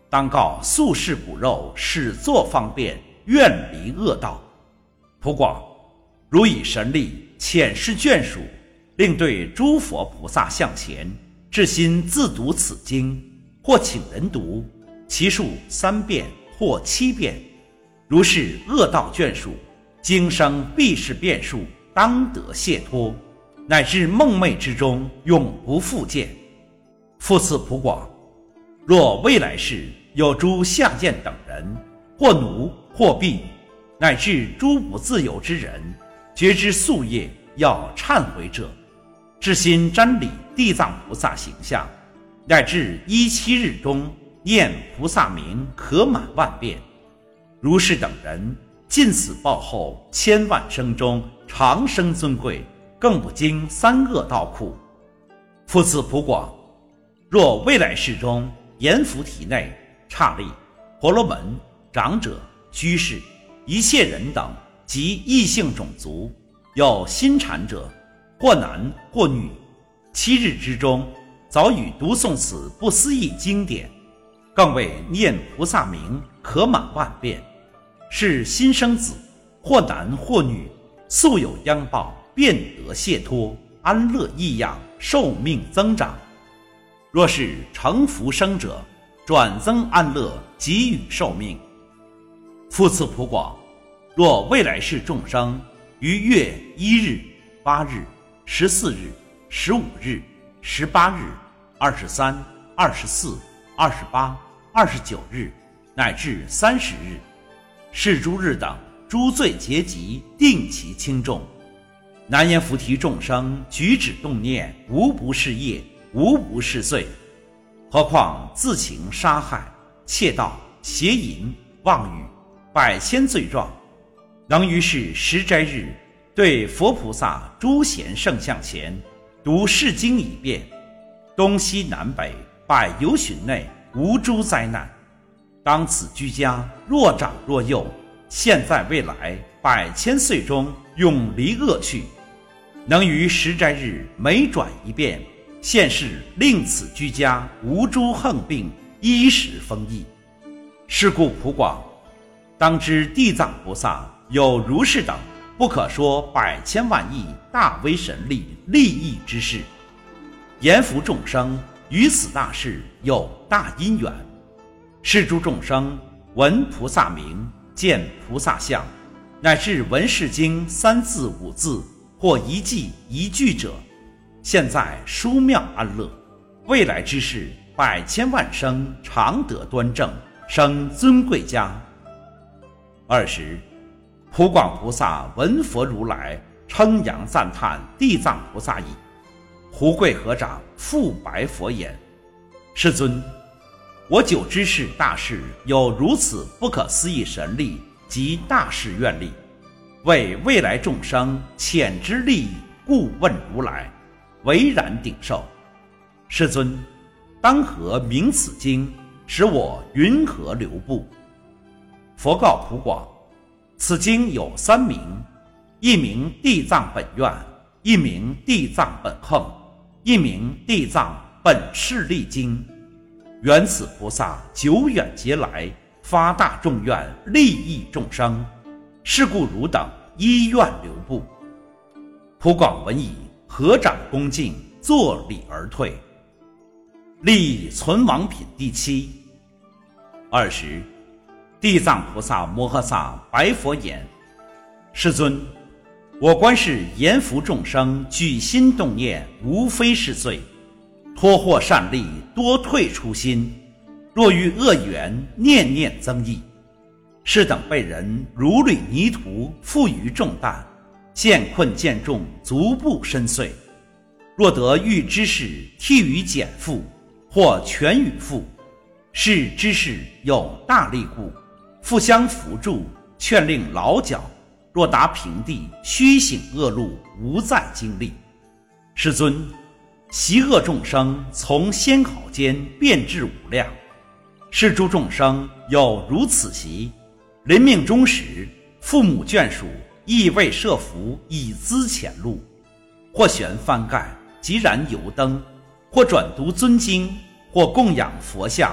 当告素食骨肉，始作方便，远离恶道。普广，如以神力遣示眷属，令对诸佛菩萨向前，至心自读此经，或请人读，其数三遍或七遍。如是恶道眷属，今生必是变数，当得解脱，乃至梦寐之中永不复见。复次普广，若未来世有诸下贱等人，或奴或婢，乃至诸不自由之人，觉知宿业要忏悔者，至心瞻礼地藏菩萨形象，乃至一七日中念菩萨名可满万遍。如是等人，尽此报后，千万生中长生尊贵，更不经三恶道苦。复次普广，若未来世中阎浮提内、刹利、婆罗门、长者、居士、一切人等及异性种族，有心禅者，或男或女，七日之中早已读诵此不思议经典，更为念菩萨名可满万遍，是新生子，或男或女，素有殃报，便得解脱，安乐益养，寿命增长。若是成福生者，转增安乐，给予寿命。复次普广，若未来世众生于月一日、八日、十四日、十五日、十八日、二十三、二十四、二十八、二十九日，乃至三十日，是诸日等诸罪结集，定其轻重。南阎浮提众生举止动念，无不是业，无不是罪。何况自情杀害、窃盗、邪淫、妄语，百千罪状，能于是十斋日对佛菩萨诸贤圣像前读是经一遍，东西南北百由旬内无诸灾难。当此居家若长若幼，现在未来百千岁中永离恶趣，能于十斋日每转一遍，现世令此居家无诸横病，衣食丰溢。是故普广，当知地藏菩萨有如是等不可说百千万亿大威神力利益之事，阎浮众生于此大事有大因缘。是诸众生闻菩萨名，见菩萨相，乃至闻是经三字五字或一记一句者，现在殊妙安乐，未来之事百千万生常得端正，生尊贵家。二十，普广菩萨闻佛如来称扬赞叹地藏菩萨已，胡跪合掌，复白佛言：世尊，我久知是大事有如此不可思议神力及大事愿力，为未来众生遣之利益，故问如来，唯然顶受。世尊，当何明此经，使我云何留步？佛告普广，此经有三名，一名地藏本愿，一名地藏本行，一名地藏本誓力经。缘此菩萨久远劫来，发大众愿，利益众生，是故汝等依愿留步。普广闻已，合掌恭敬，作礼而退。立存亡品第七。二十，地藏菩萨摩诃萨白佛言：世尊，我观是阎浮众生举心动念，无非是罪，托获善利，多退初心，若遇恶缘，念念增益，是等被人如履泥土，负于重担，见困见重，足不深邃。若得遇之事，替予减负，或全予负，是之事有大力故，复相扶助，劝令劳脚，若达平地，须醒恶路，无再经历。世尊，习恶众生从仙考间变至无量，是诸众生有如此习，临命终时，父母眷属亦未设伏以资前路，或悬幡盖，即燃油灯，或转读尊经，或供养佛像，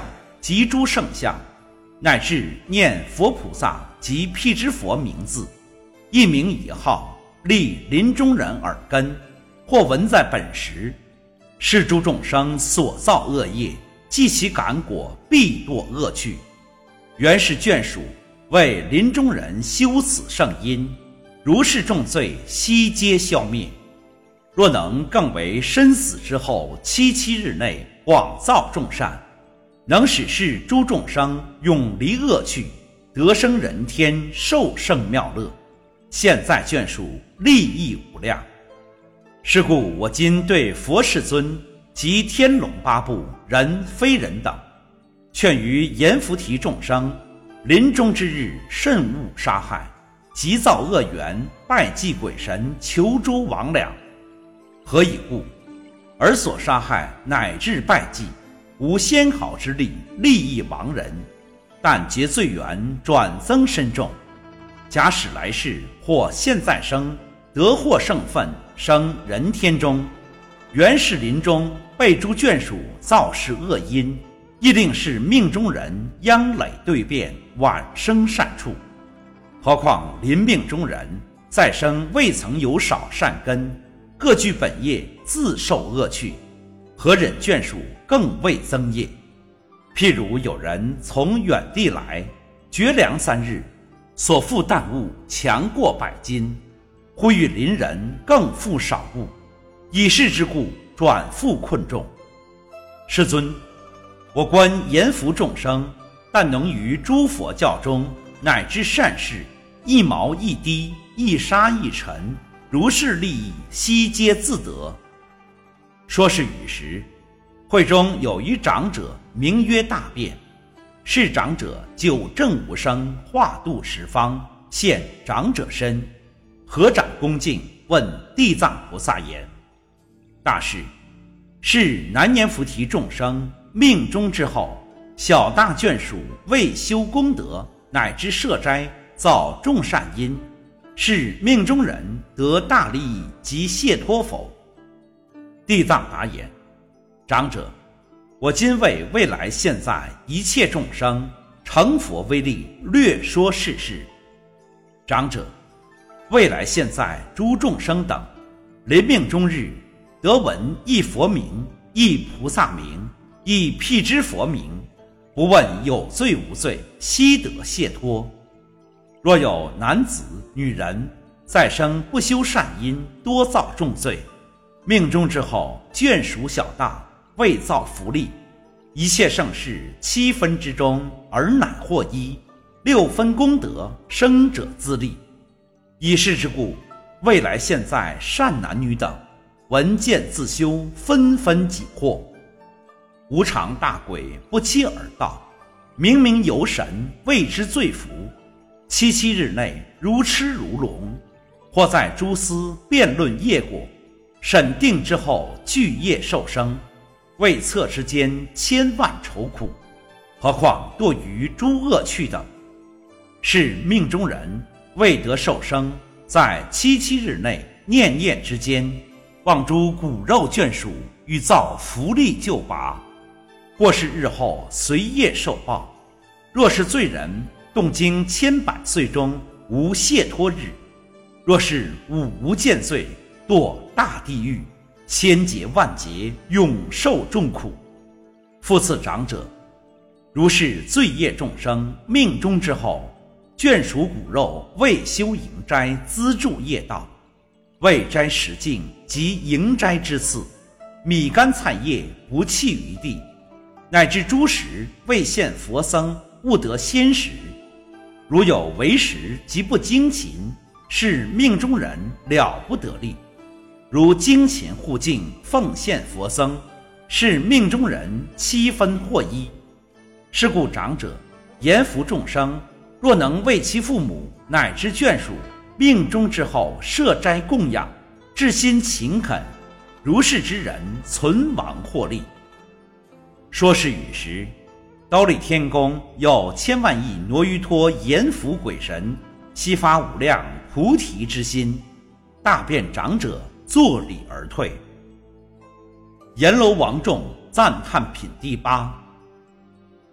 及诸圣像，乃至念佛菩萨及辟支佛名字，一名一号，立临终人耳根，或闻在本时，是诸众生所造恶业，即其感果，必堕恶趣。原是眷属为临终人修此圣因，如是重罪悉皆消灭。若能更为身死之后七七日内广造众善，能使是诸众生永离恶趣，得生人天，受胜妙乐，现在眷属利益无量。是故我今对佛世尊及天龙八部人非人等，劝于阎浮提众生，临终之日慎勿杀害，急造恶缘，拜祭鬼神，求诸魍魉。何以故？而所杀害乃至拜祭，无纤毫之力，利益亡人，但结罪缘，转增深重。假使来世或现在生，得获圣分，生人天中，原是临终被诸眷属造是恶因，亦令是命中人殃累对变，晚生善处。何况临命中人再生未曾有少善根，各具本业，自受恶趣，何忍眷属更未增业？譬如有人从远地来，绝粮三日，所负担物强过百斤，忽遇邻人更负少物，以是之故转负困重。世尊，我观阎浮众生，但能于诸佛教中乃至善事，一毛一滴，一沙一尘，如是利益，悉皆自得。说是语时，会中有一长者，名曰大辩。是长者久证无生，化度十方，现长者身，合掌恭敬，问地藏菩萨言：大士，是南阎浮提众生命终之后，小大眷属为修功德，乃至设斋，造众善因，是命中人得大利益及解脱否？地藏答言：长者，我今为未来现在一切众生成佛威力略说世事。长者，未来现在诸众生等，临命终日，得闻一佛名，一菩萨名，一辟支佛名，不问有罪无罪，悉得解脱。若有男子女人再生不修善因，多造重罪，命终之后，眷属小大，未造福利，一切盛世七分之中，而乃获一，六分功德，生者自利。以是之故，未来现在善男女等，闻见自修，纷纷己获。无常大鬼不期而到，明明有神，谓之罪福。七七日内如痴如聋，或在诸司辩论业果，审定之后具业受生，未测之间千万愁苦，何况堕于诸恶趣等。是命中人未得受生，在七七日内念念之间，望诸骨肉眷属欲造福利救拔，或是日后随业受报。若是罪人，动经千百岁中无解脱日；若是五无间罪，堕大地狱，千劫万劫，永受重苦。复次长者，如是罪业众生命终之后，眷属骨肉未修营斋，资助业道，未斋食净及营斋之次，米干菜叶不弃于地，乃至诸食未现佛僧，勿得先食。如有为食及不精勤，是命中人了不得利。如精勤护净，奉献佛僧，是命中人七分获一。是故长者，阎浮众生若能为其父母乃至眷属命终之后设斋供养，至心勤恳，如是之人存亡获利。说是语时，忉利天宫有千万亿挪于托阎浮鬼神，悉发无量菩提之心，大辩长者作礼而退。阎罗王众赞叹品第八。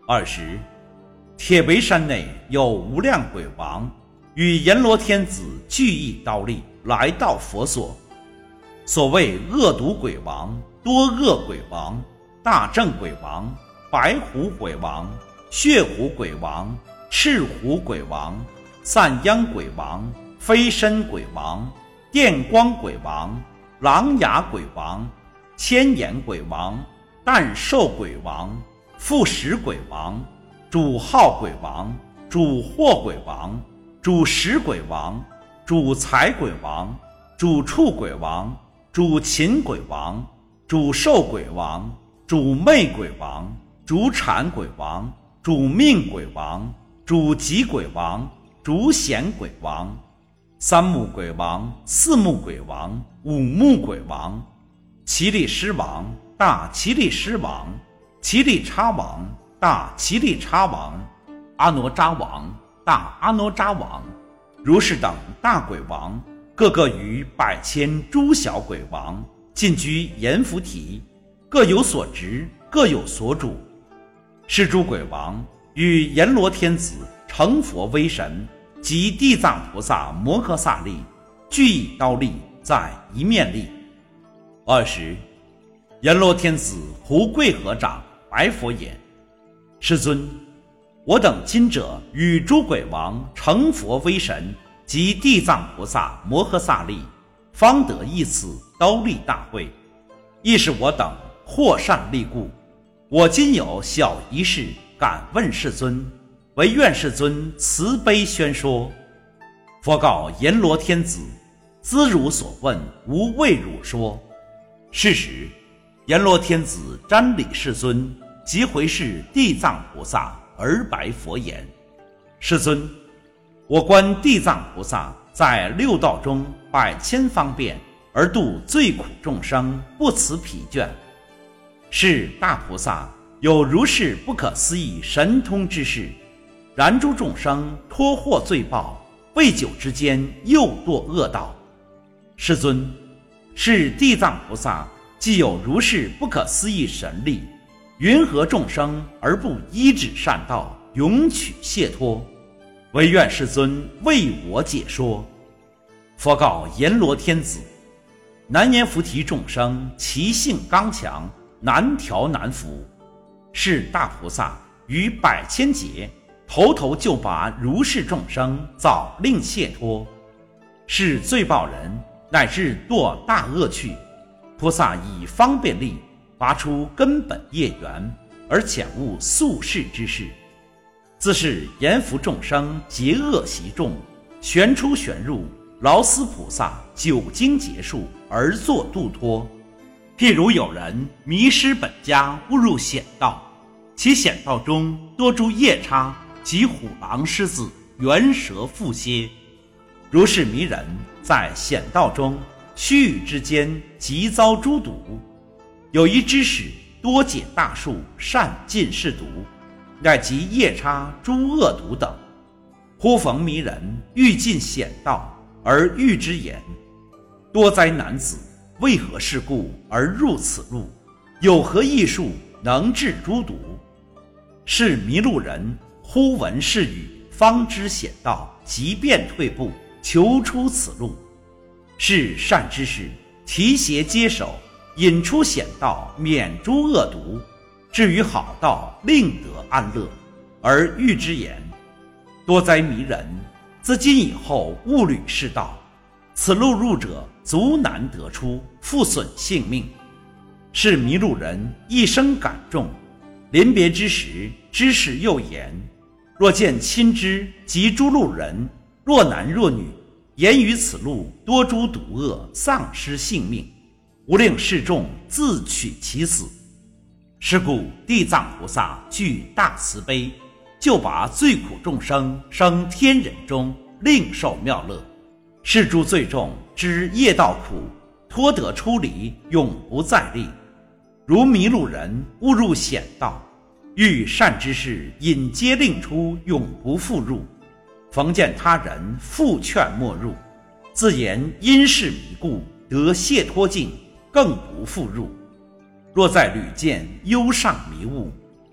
二十，铁围山内有无量鬼王，与阎罗天子俱一刀立，来到佛所。所谓恶毒鬼王、多恶鬼王、大正鬼王、白虎鬼王、血虎鬼王、赤虎鬼王、散殃鬼王、飞身鬼王、电光鬼王、狼牙鬼王、千眼鬼王、诞寿鬼王、复食鬼王、主号鬼王、主祸鬼王、主食鬼王、主财鬼王、主畜鬼王、主禽鬼王、主寿鬼王、主魅鬼王、主产鬼王、主命鬼王、主吉鬼王、主显鬼王、三目鬼王、四目鬼王、五目鬼王、奇力狮王、大奇力狮王、奇力叉王、大奇力叉王、阿哪吒王、大阿哪吒王，如是等大鬼王，个个与百千诸小鬼王尽居阎浮提，各有所职，各有所主。是诸鬼王与阎罗天子成佛威神及地藏菩萨摩诃萨力俱以刀立在一面立。二十，阎罗天子胡跪合掌白佛言：世尊，我等今者与诸鬼王成佛威神及地藏菩萨摩诃萨力，方得一此刀立大会，亦是我等获善利故。我今有小一事敢问世尊，唯愿世尊慈悲宣说。佛告阎罗天子：兹汝所问，吾为汝说。是时，阎罗天子瞻礼世尊，即回视地藏菩萨而白佛言：世尊，我观地藏菩萨在六道中百千方便而度最苦众生，不辞疲倦。是大菩萨有如是不可思议神通之事，然诸众生脱获罪报，未久之间又堕恶道。世尊，是地藏菩萨既有如是不可思议神力，云何众生而不依止善道，永取解脱？唯愿世尊为我解说。佛告阎罗天子：南阎浮提众生其性刚强，难调难服。是大菩萨于百千劫，头头就拔如是众生，早令解脱。是罪报人乃至堕大恶趣，菩萨以方便力拔出根本业缘，而遣悟宿世之事。自是阎浮众生结恶习众，旋出旋入，劳斯菩萨久经劫数而作度脱。譬如有人迷失本家，误入险道，其险道中多诸夜叉及虎狼狮子、猿蛇蝮蝎，如是迷人在险道中，须臾之间即遭诸毒。有一知识多解大术，善尽是毒，乃及夜叉诸恶毒等。忽逢迷人欲尽险道，而欲之言：多灾男子，为何事故而入此路？有何异术能治诸毒？是迷路人忽闻是语，方知险道，即便退步，求出此路。是善知识提携接手，引出险道，免诸恶毒，至于好道，令得安乐。而欲之言：多灾迷人，自今以后勿履是道，此路入者足难得出，复损性命。是迷路人一生感重，临别之时，知识又言：若见亲之及诸路人，若男若女，言于此路多诸毒恶，丧失性命，无令示众自取其死。是故地藏菩萨具大慈悲，就拔罪苦众生生天人中，另受妙乐。是诸罪众知业道苦，脱得出离，永不再历。如迷路人误入险道，遇善知识引接令出，永不复入。逢见他人复劝莫入，自言因事迷故，得解脱境，更不复入。若在屡见忧上迷雾，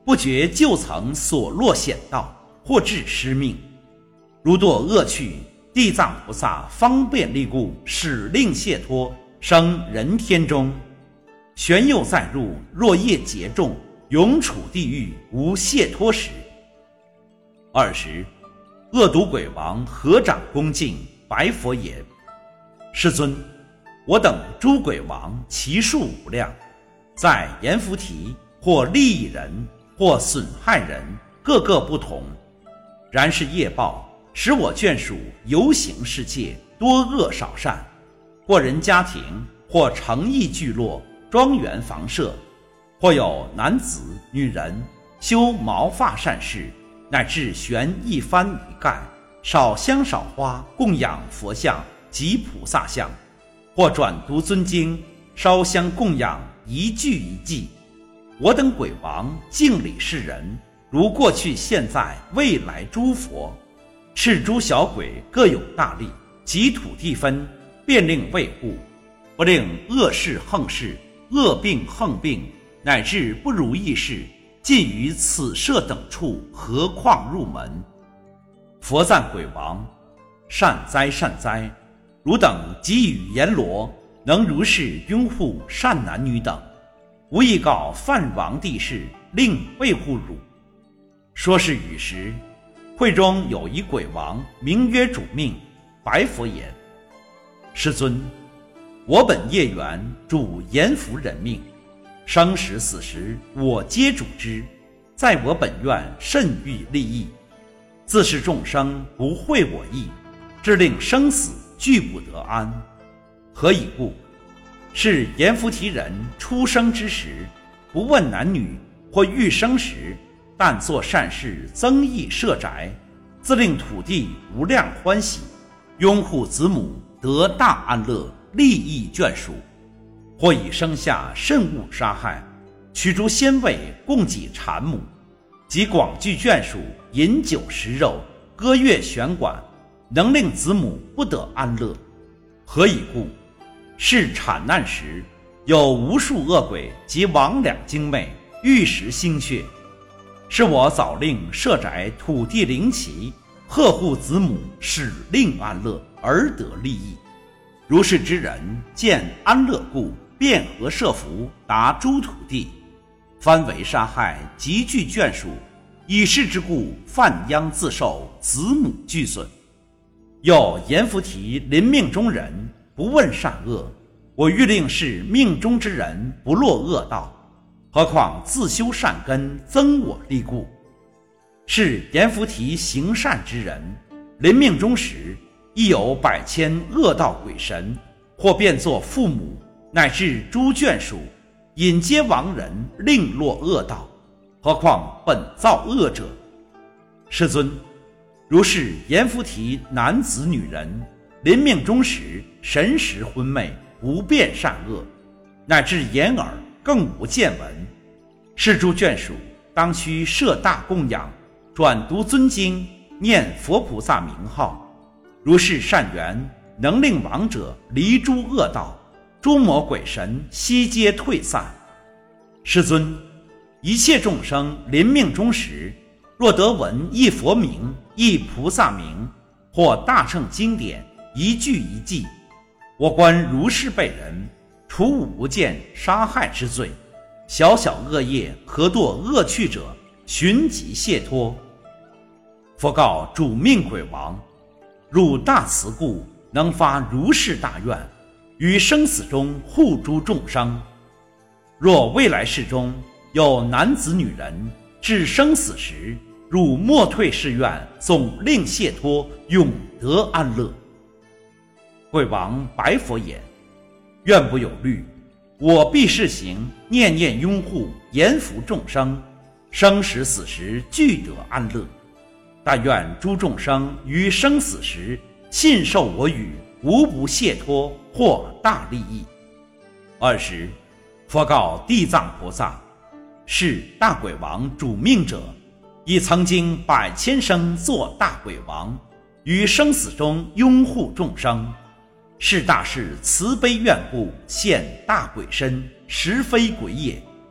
不觉就曾所落险道，或致失命。如堕恶趣，地藏菩萨方便力故，使令解脱，生人天中。玄又再入，若业劫重，永处地狱，无解脱时。二十，恶毒鬼王合掌恭敬，白佛言：世尊，我等诸鬼王其数无量，在阎浮提或利益人，或损害人，各个不同。然是业报，使我眷属游行世界，多恶少善，或人家庭，或城邑聚落、庄园房舍，或有男子女人修毛发善事，乃至悬一幡一盖，烧香烧花，供养佛像及菩萨像，或转读尊经，烧香供养一句一偈。我等鬼王敬礼世人，如过去现在未来诸佛，是诸小鬼各有大力，及土地分，便令卫护，不令恶事横事、恶病横病，乃至不如意事，尽于此舍等处，何况入门。佛赞鬼王：善哉善哉，汝等给予阎罗，能如是拥护善男女等，无意告梵王帝释，令卫护汝。说是语时，会中有一鬼王，名曰主命，白佛言：世尊，我本业缘主阎浮人命，生时死时我皆主之，在我本愿甚欲利益，自是众生不会我意，致令生死俱不得安。何以故？是阎浮提人出生之时，不问男女，或欲生时，但作善事，增益舍宅，自令土地无量欢喜，拥护子母得大安乐，利益眷属。或以生下甚物杀害，取诸鲜味供给产母，及广聚眷属，饮酒食肉，歌乐弦管，能令子母不得安乐。何以故？是产难时，有无数恶鬼及魍魉精魅，欲食腥血，是我早令舍宅土地灵旗，呵护子母，使令安乐，而得利益。如是之人，见安乐故，便合设伏，达诸土地，番为杀害，极具眷属，以是之故，犯殃自受，子母俱损。又阎浮提临命中人，不问善恶，我欲令是命中之人不落恶道，何况自修善根，增我力故。是阎浮提行善之人，临命中时，亦有百千恶道鬼神，或变作父母，乃至诸眷属，引接亡人，令落恶道，何况本造恶者。世尊，如是阎浮提男子女人，临命中时，神识昏昧，不辨善恶，乃至眼耳更无见闻。是诸眷属当须设大供养，转读尊经，念佛菩萨名号，如是善缘，能令亡者离诸恶道，诸魔鬼神悉皆退散。世尊，一切众生临命终时，若得闻一佛名、一菩萨名，或大乘经典一句一偈，我观如是辈人，除五不见杀害之罪，小小恶业何堕恶趣者，寻即解脱。佛告主命鬼王：汝大慈故，能发如是大愿，于生死中护诸众生。若未来世中有男子女人，至生死时，汝莫退誓愿，总令解脱，永得安乐。鬼王白佛言：愿不有虑，我必示行，念念拥护，严福众生，生时死时俱得安乐。但愿诸众生于生死时，信受我语，无不解脱，获大利益。二十，佛告地藏菩萨：是大鬼王主命者，已曾经百千生作大鬼王，于生死中拥护众生。是大士慈悲愿故，现大鬼身，实非鬼也。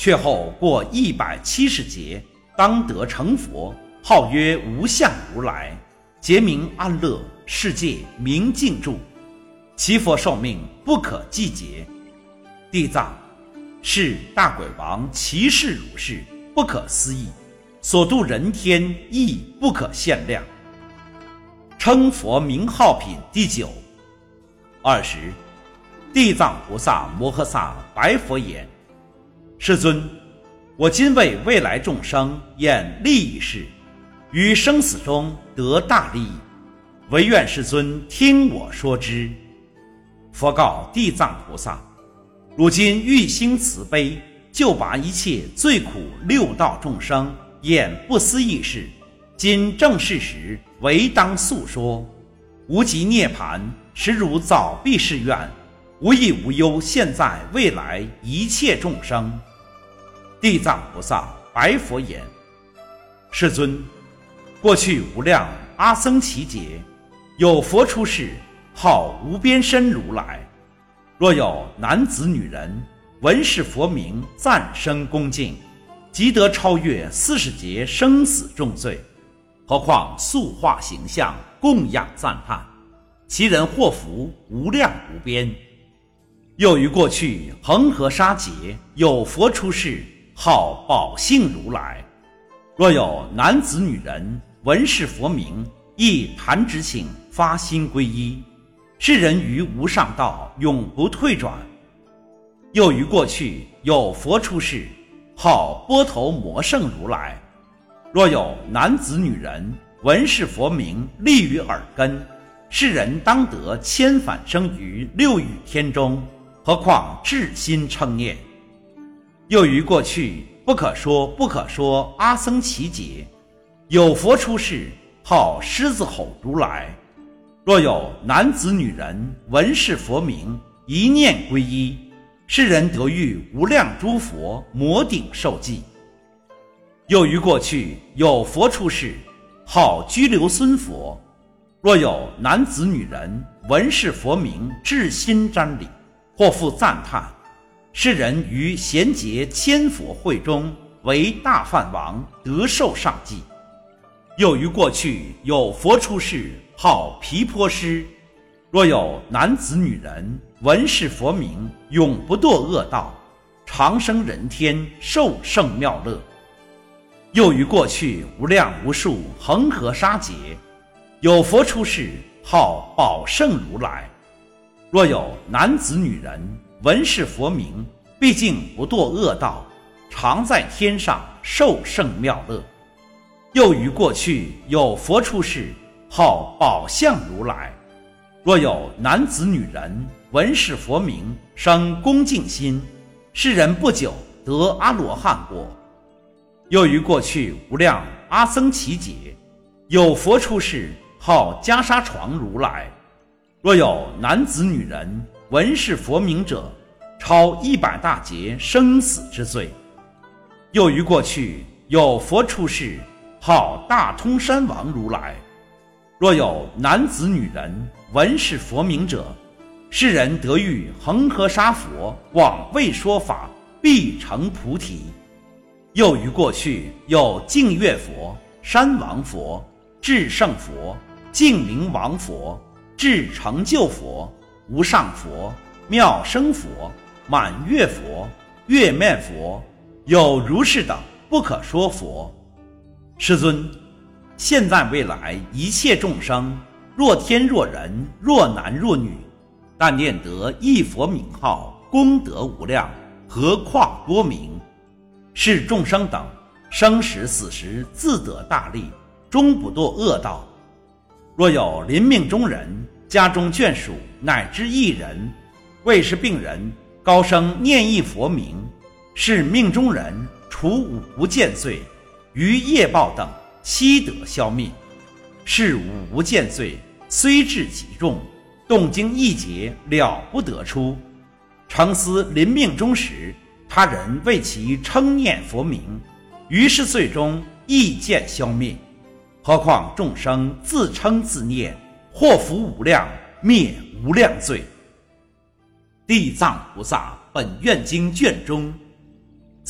却后过一百七十劫，当得成佛，号曰无相如来，结名安乐，世界明净住，其佛寿命不可计劫。地藏是大鬼王其事如是，不可思议，所度人天亦不可限量。称佛名号品第九。二十，地藏菩萨摩诃萨白佛言：世尊，我今为未来众生演利益事，于生死中得大利益，唯愿世尊听我说之。佛告地藏菩萨：如今欲兴慈悲，救拔一切罪苦六道众生，演不思议事，今正是时，唯当诉说。无极涅槃，实如早必誓愿，无益无忧现在未来一切众生。地藏菩萨白佛言：世尊，过去无量阿僧祇劫，有佛出世，号无边身如来。若有男子女人闻是佛名，赞声恭敬，即得超越四十劫生死重罪。何况塑化形象，供养赞叹，其人祸福无量无边。又于过去恒河沙劫，有佛出世，号宝性如来。若有男子女人闻是佛名，亦弹指请发心皈依，是人于无上道永不退转。又于过去有佛出世，号波头摩圣如来。若有男子女人闻是佛名，立于耳根，是人当得千返生于六欲天中，何况至心称念。又于过去不可说不可说阿僧祇劫，有佛出世，号狮子吼如来。若有男子女人闻是佛名，一念皈依，是人得遇无量诸佛，摩顶受记。又于过去有佛出世，号居留孙佛。若有男子女人闻是佛名，至心瞻礼，或复赞叹，是人于贤劫千佛会中，为大梵王，得受上记。又于过去有佛出世，号毗婆尸。若有男子女人闻是佛名，永不堕恶道，长生人天，受胜妙乐。又于过去无量无数恒河沙劫，有佛出世，号宝胜如来。若有男子女人闻是佛名，毕竟不堕恶道，常在天上，受胜妙乐。又于过去有佛出世，号宝相如来。若有男子女人闻是佛名，生恭敬心，是人不久得阿罗汉果。又于过去无量阿僧祇劫，有佛出世，号袈裟床如来。若有男子女人闻是佛名者，超一百大劫生死之罪。又于过去有佛出世，号大通山王如来。若有男子女人闻是佛名者，是人得遇恒河沙佛，广为说法，必成菩提。又于过去有净月佛、山王佛、至圣佛、净明王佛、至成就佛、无上佛、妙生佛、满月佛、月面佛，有如是等不可说佛。世尊，现在未来一切众生，若天若人，若男若女，但念得一佛名号，功德无量，何况多名。是众生等生时死时自得大利，终不堕恶道。若有临命中人，家中眷属乃至一人，为是病人，高声念一佛名，是命中人除五无间罪，于业报等悉得消灭。是五无间罪虽至极重，动经一劫了不得出。诚思临命终时，他人为其称念佛名，于是罪中亦见消灭。何况众生自称自念，祸福无量，灭无量罪。地藏菩萨本愿经卷中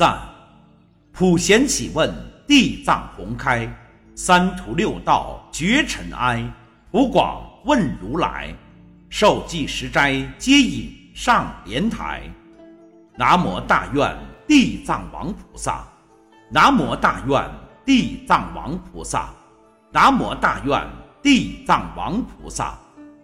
赞：普贤启问，地藏宏开，三途六道绝尘埃。普广问如来，受记十斋接引上莲台。南无大愿地藏王菩萨，南无大愿地藏王菩萨，南无大愿地藏王菩萨。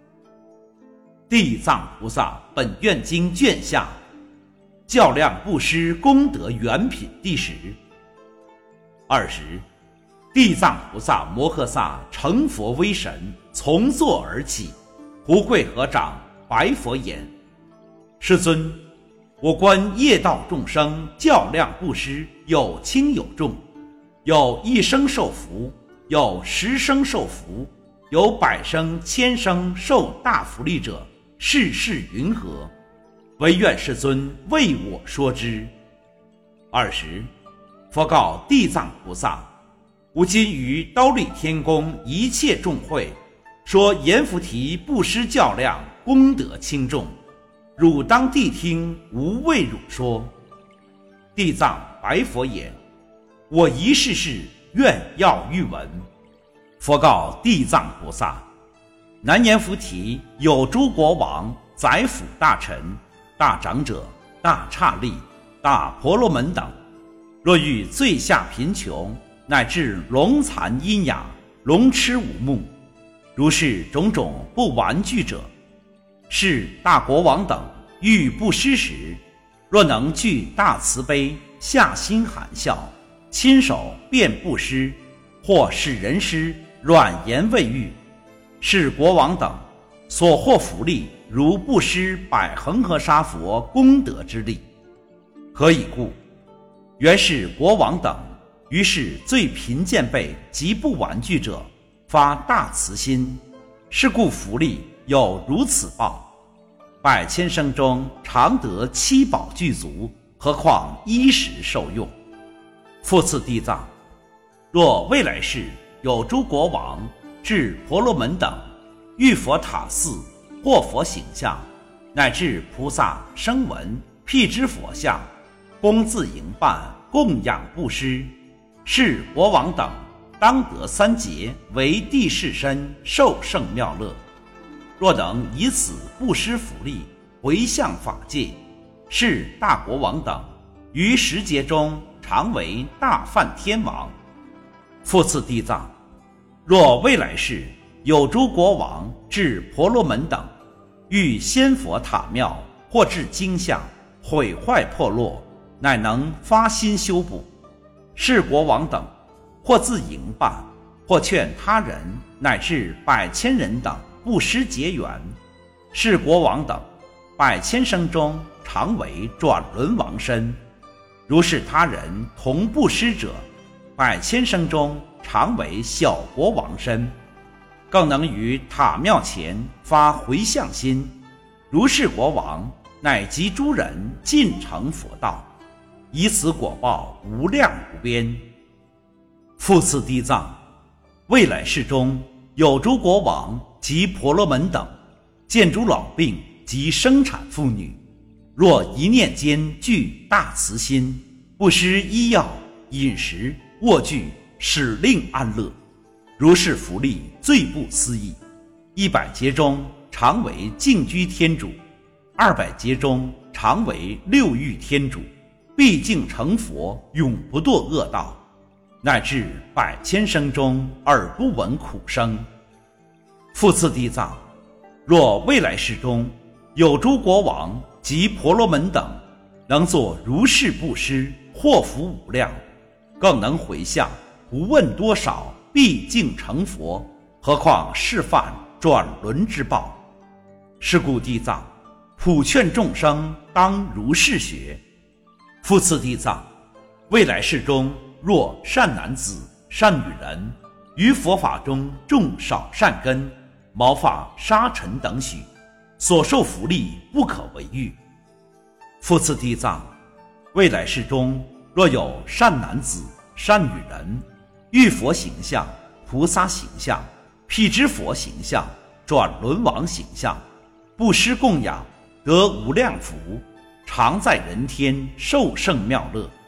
地藏菩萨本愿经卷下，较量布施功德原品第十。二十，地藏菩萨摩诃萨成佛威神，从座而起，胡跪合掌，白佛言：世尊，我观业道众生较量布施，有轻有重，有一生受福，有十生受福，有百生千生受大福利者，世事云何？唯愿世尊为我说之。二十，佛告地藏菩萨：吾今于忉利天宫一切众会，说阎浮提布施较量，功德轻重，汝当谛听，吾为汝说。地藏白佛言：我一世世愿要欲闻。佛告地藏菩萨：南阎浮提有诸国王、宰辅大臣、大长者、大刹利、大婆罗门等，若遇最下贫穷，乃至聋残喑哑、聋痴无目，如是种种不玩具者，是大国王等欲布施时，若能具大慈悲，下心含笑，亲手便布施，或使人施，软言未喻，是国王等所获福利，如布施百恒河沙佛功德之力。何以故？原是国王等于是最贫贱辈及不玩具者发大慈心，是故福利有如此报。百千生中常得七宝具足，何况衣食受用。复次地藏，若未来世有诸国王、至婆罗门等，遇佛塔寺或佛形象，乃至菩萨声闻辟支佛像，供自营办，供养布施，是国王等当得三劫为地势身，受胜妙乐。若能以此布施福利，回向法界，是大国王等于十劫中常为大梵天王。复次地藏，若未来世有诸国王至婆罗门等，遇仙佛塔庙或至经像，毁坏破落，乃能发心修补，是国王等或自营办，或劝他人乃至百千人等布施结缘，是国王等百千生中常为转轮王身。如是他人同布施者，百千生中常为小国王身，更能于塔庙前发回向心，如是国王乃及诸人尽成佛道，以此果报无量无边。复次地藏，未来世中有诸国王及婆罗门等，见诸老病及生产妇女，若一念间具大慈心，不施医药、饮食、卧具，使令安乐，如是福利最不思议。一百劫中常为净居天主，二百劫中常为六欲天主，毕竟成佛，永不堕恶道，乃至百千生中耳不闻苦声。复次地藏，若未来世中有诸国王及婆罗门等，能作如是布施，祸福无量，更能回向，不问多少，毕竟成佛，何况示范转轮之报。是故地藏普劝众生当如是学。复次地藏，未来世中若善男子、善女人，于佛法中种少善根，毛发沙尘等许，所受福利不可为喻。复次地藏，未来世中若有善男子、善女人，遇佛形象、菩萨形象、辟支佛形象、转轮王形象，布施供养，得无量福，常在人天受胜妙乐，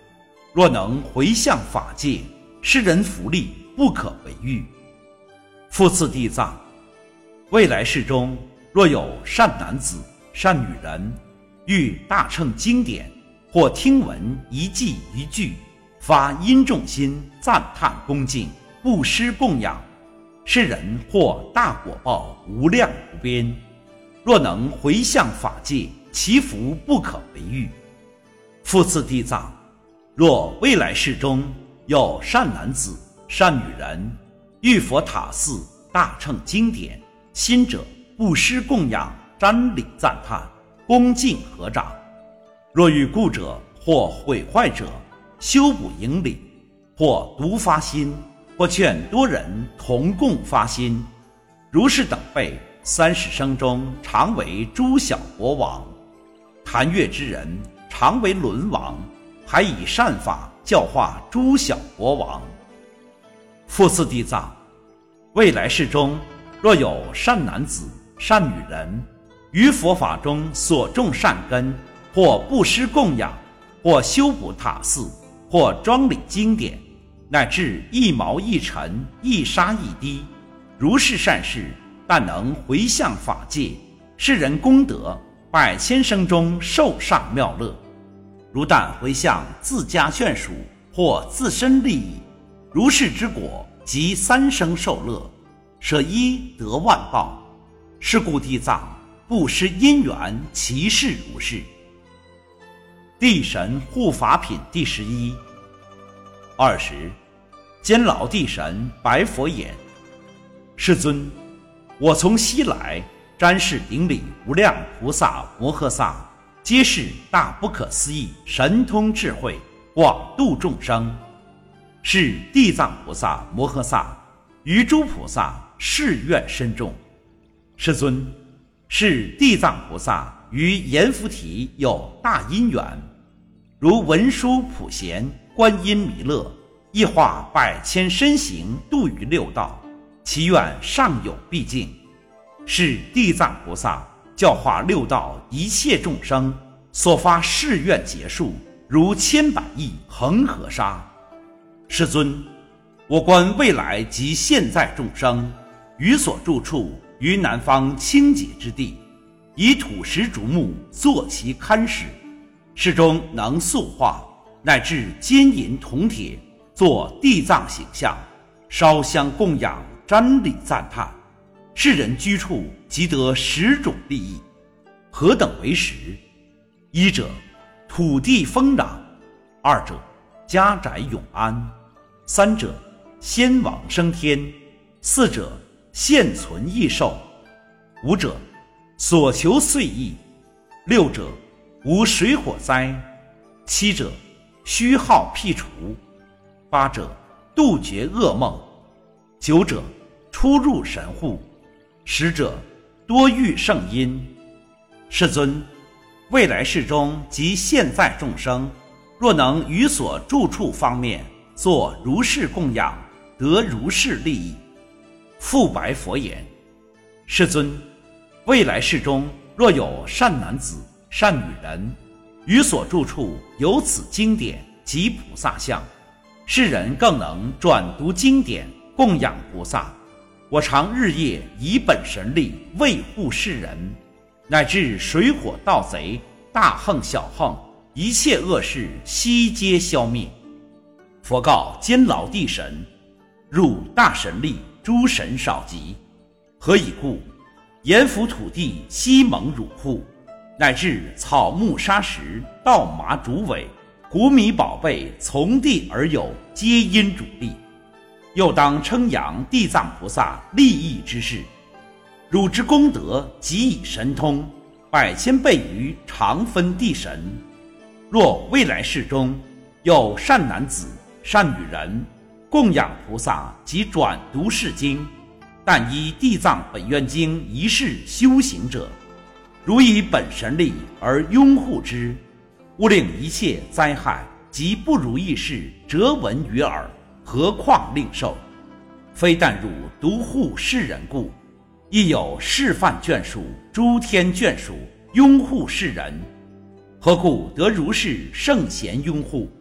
若能回向法界，施人福利，不可为喻。复次地藏，未来世中若有善男子、善女人，遇大乘经典或听闻一记一句，发殷重心赞叹恭敬，布施供养，是人获大果报无量无边。若能回向法界，其福不可为喻。复次地藏，若未来世中有善男子、善女人，遇佛塔寺大乘经典，心者布施供养，瞻礼赞叹，恭敬合掌；若遇故者或毁坏者，修补营礼，或独发心，或劝多人同共发心，如是等辈，三十生中常为诸小国王，谈阅之人常为轮王，还以善法教化诸小国王。复次地藏，未来世中若有善男子、善女人，于佛法中所种善根，或布施供养，或修补塔寺，或庄礼经典，乃至一毛一尘、一沙一滴，如是善事，但能回向法界，是人功德百千生中受上妙乐。如但回向自家眷属或自身利益，如是之果即三生受乐，舍一得万报。是故地藏布施因缘，其事如是。地神护法品第十一。二十，监牢地神白佛言：世尊，我从西来，瞻视顶礼无量菩萨摩诃萨，皆是大不可思议神通智慧，广度众生。是地藏菩萨摩诃萨于诸菩萨誓愿深重。世尊，是地藏菩萨于阎浮提有大因缘，如文殊普贤观音弥勒，亦化百千身形度于六道，其愿尚有毕竟。是地藏菩萨教化六道一切众生所发誓愿结束，如千百亿恒河沙。世尊，我观未来及现在众生，于所住处于南方清洁之地，以土石竹木作其龛室，室中能塑化，乃至金银铜铁作地藏形象，烧香供养，瞻礼赞叹，世人居处即得十种利益。何等为十？一者，土地丰壤；二者，家宅永安；三者，先王升天；四者，现存益寿；五者，所求遂意；六者，无水火灾；七者，虚耗辟除；八者，杜绝噩梦；九者，出入神户；十者，多遇圣因。世尊，未来世中及现在众生，若能于所住处方面做如是供养，得如是利益。复白佛言：世尊，未来世中若有善男子、善女人，于所住处有此经典及菩萨像，世人更能转读经典，供养菩萨。我常日夜以本神力卫护世人，乃至水火盗贼、大横小横，一切恶事悉皆消灭。佛告监牢地神：入大神力，诸神少及。何以故？阎浮土地悉蒙汝护，乃至草木沙石、稻麻竹苇、谷米宝贝，从地而有，皆因主力。又当称扬地藏菩萨利益之事。汝之功德即以神通，百千倍于常分地神。若未来世中有善男子、善女人，供养菩萨及转读是经，但依地藏本愿经一事修行者，如以本神力而拥护之，勿令一切灾害及不如意事折闻于耳，何况令受？非但汝独护世人故，亦有示范眷属、诸天眷属拥护世人。何故得如是圣贤拥护？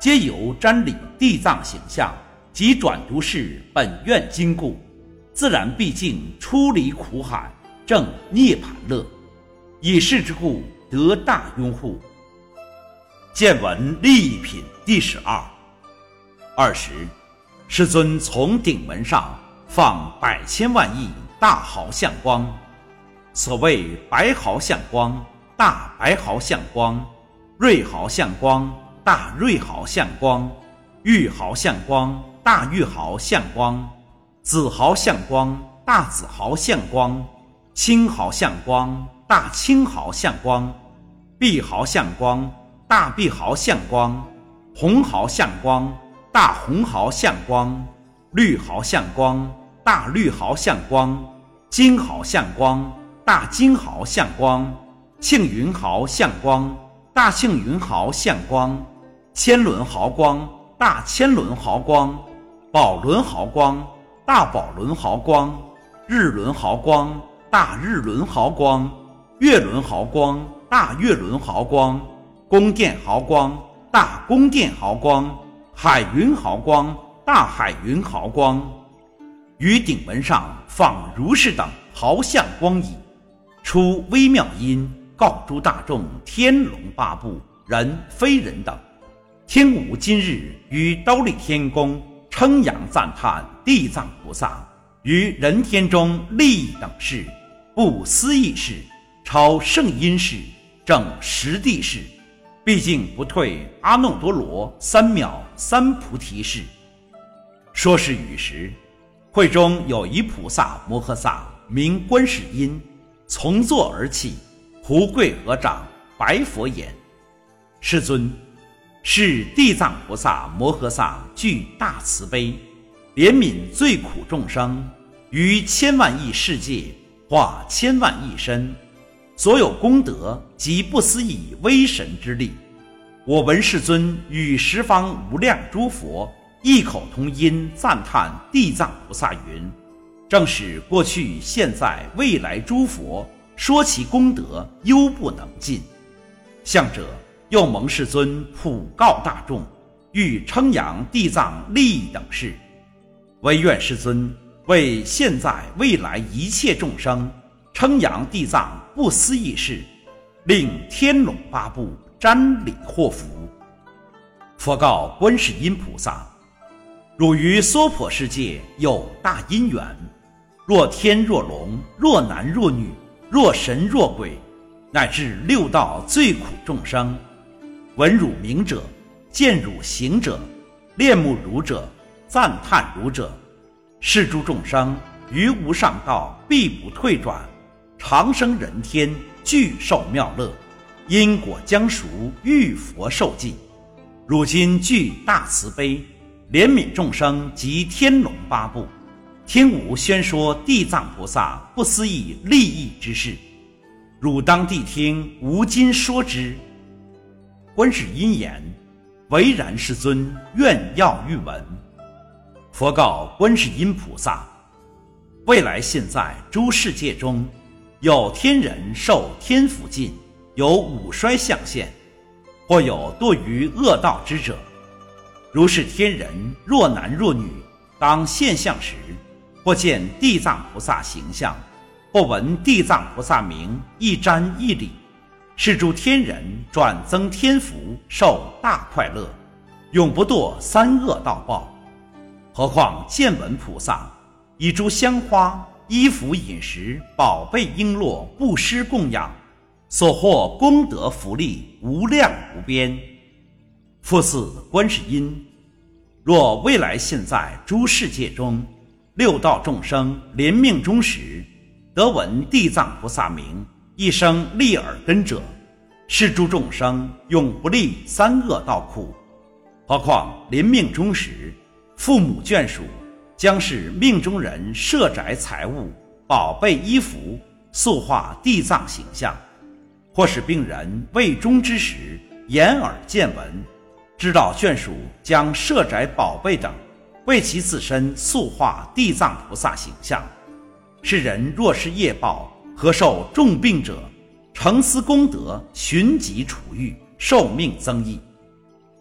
皆由瞻礼地藏形象及转读是本愿经故，自然毕竟出离苦海，证涅槃乐。以是之故，得大拥护。见闻利益品第十二。二十，世尊从顶门上放百千万亿大毫相光，所谓白毫相光、大白毫相光、瑞毫相光、大瑞毫相光、玉毫相光、大玉毫相光、紫毫相光、大紫毫相光、青毫相光、大青毫相光、碧毫相光、大碧毫相光、红毫相光、大红毫相光、绿毫相光、大绿毫相光、金毫相光、大金毫相光、庆云毫相光、大庆云毫相光、千轮毫光、大千轮毫光、宝轮毫光、大宝轮毫光、日轮毫光、大日轮毫光、月轮毫光、大月轮毫光、宫殿毫光、大宫殿毫光、海云毫光、大海云毫光。于顶门上放如是等毫相光矣，出微妙音，告诸大众天龙八部、人非人等。天吾今日于忉利天宫称扬赞叹地藏菩萨于人天中利益等事，不思议事，超圣因事，正实地事，毕竟不退阿耨多罗三藐三菩提事。说是语时，会中有一菩萨摩诃萨名观世音，从座而起，胡跪合掌，白佛言：世尊，是地藏菩萨摩诃萨具大慈悲，怜悯罪苦众生，于千万亿世界化千万亿身，所有功德及不思议威神之力。我闻世尊与十方无量诸佛异口同音赞叹地藏菩萨云：正是过去现在未来诸佛说其功德犹不能尽。向者又蒙世尊普告大众，欲称扬地藏利益等事，唯愿世尊为现在未来一切众生称扬地藏不思议事，令天龙八部瞻礼获福。佛告观世音菩萨：汝于娑婆世界有大因缘，若天若龙，若男若女，若神若鬼，乃至六道最苦众生，闻汝名者，见汝行者，恋慕汝者，赞叹汝者，是诸众生于无上道必不退转，长生人天，具受妙乐，因果将熟，遇佛受记。汝今具大慈悲，怜悯众生及天龙八部，听吾宣说地藏菩萨不思议利益之事，汝当谛听，吾今说之。观世音言：唯然，世尊，愿要欲闻。佛告观世音菩萨：未来现在诸世界中，有天人受天福尽，有五衰相现，或有堕于恶道之者。如是天人若男若女，当现象时，或见地藏菩萨形象，或闻地藏菩萨名，一瞻一礼，是诸天人转增天福，受大快乐，永不堕三恶道报。何况见闻菩萨以诸香花、衣服、饮食、宝贝璎珞布施供养，所获功德福利无量无边。复次观世音，若未来现在诸世界中，六道众生临命终时，得闻地藏菩萨名，一生立耳根者，是诸众生永不历三恶道苦。何况临命终时，父母眷属将是命中人设宅财物、宝贝衣服，塑化地藏形象，或是病人未终之时，眼耳见闻，知道眷属将设宅宝贝等为其自身塑化地藏菩萨形象。是人若是业报，何受重病者，成思功德，寻疾除愈，寿命增益。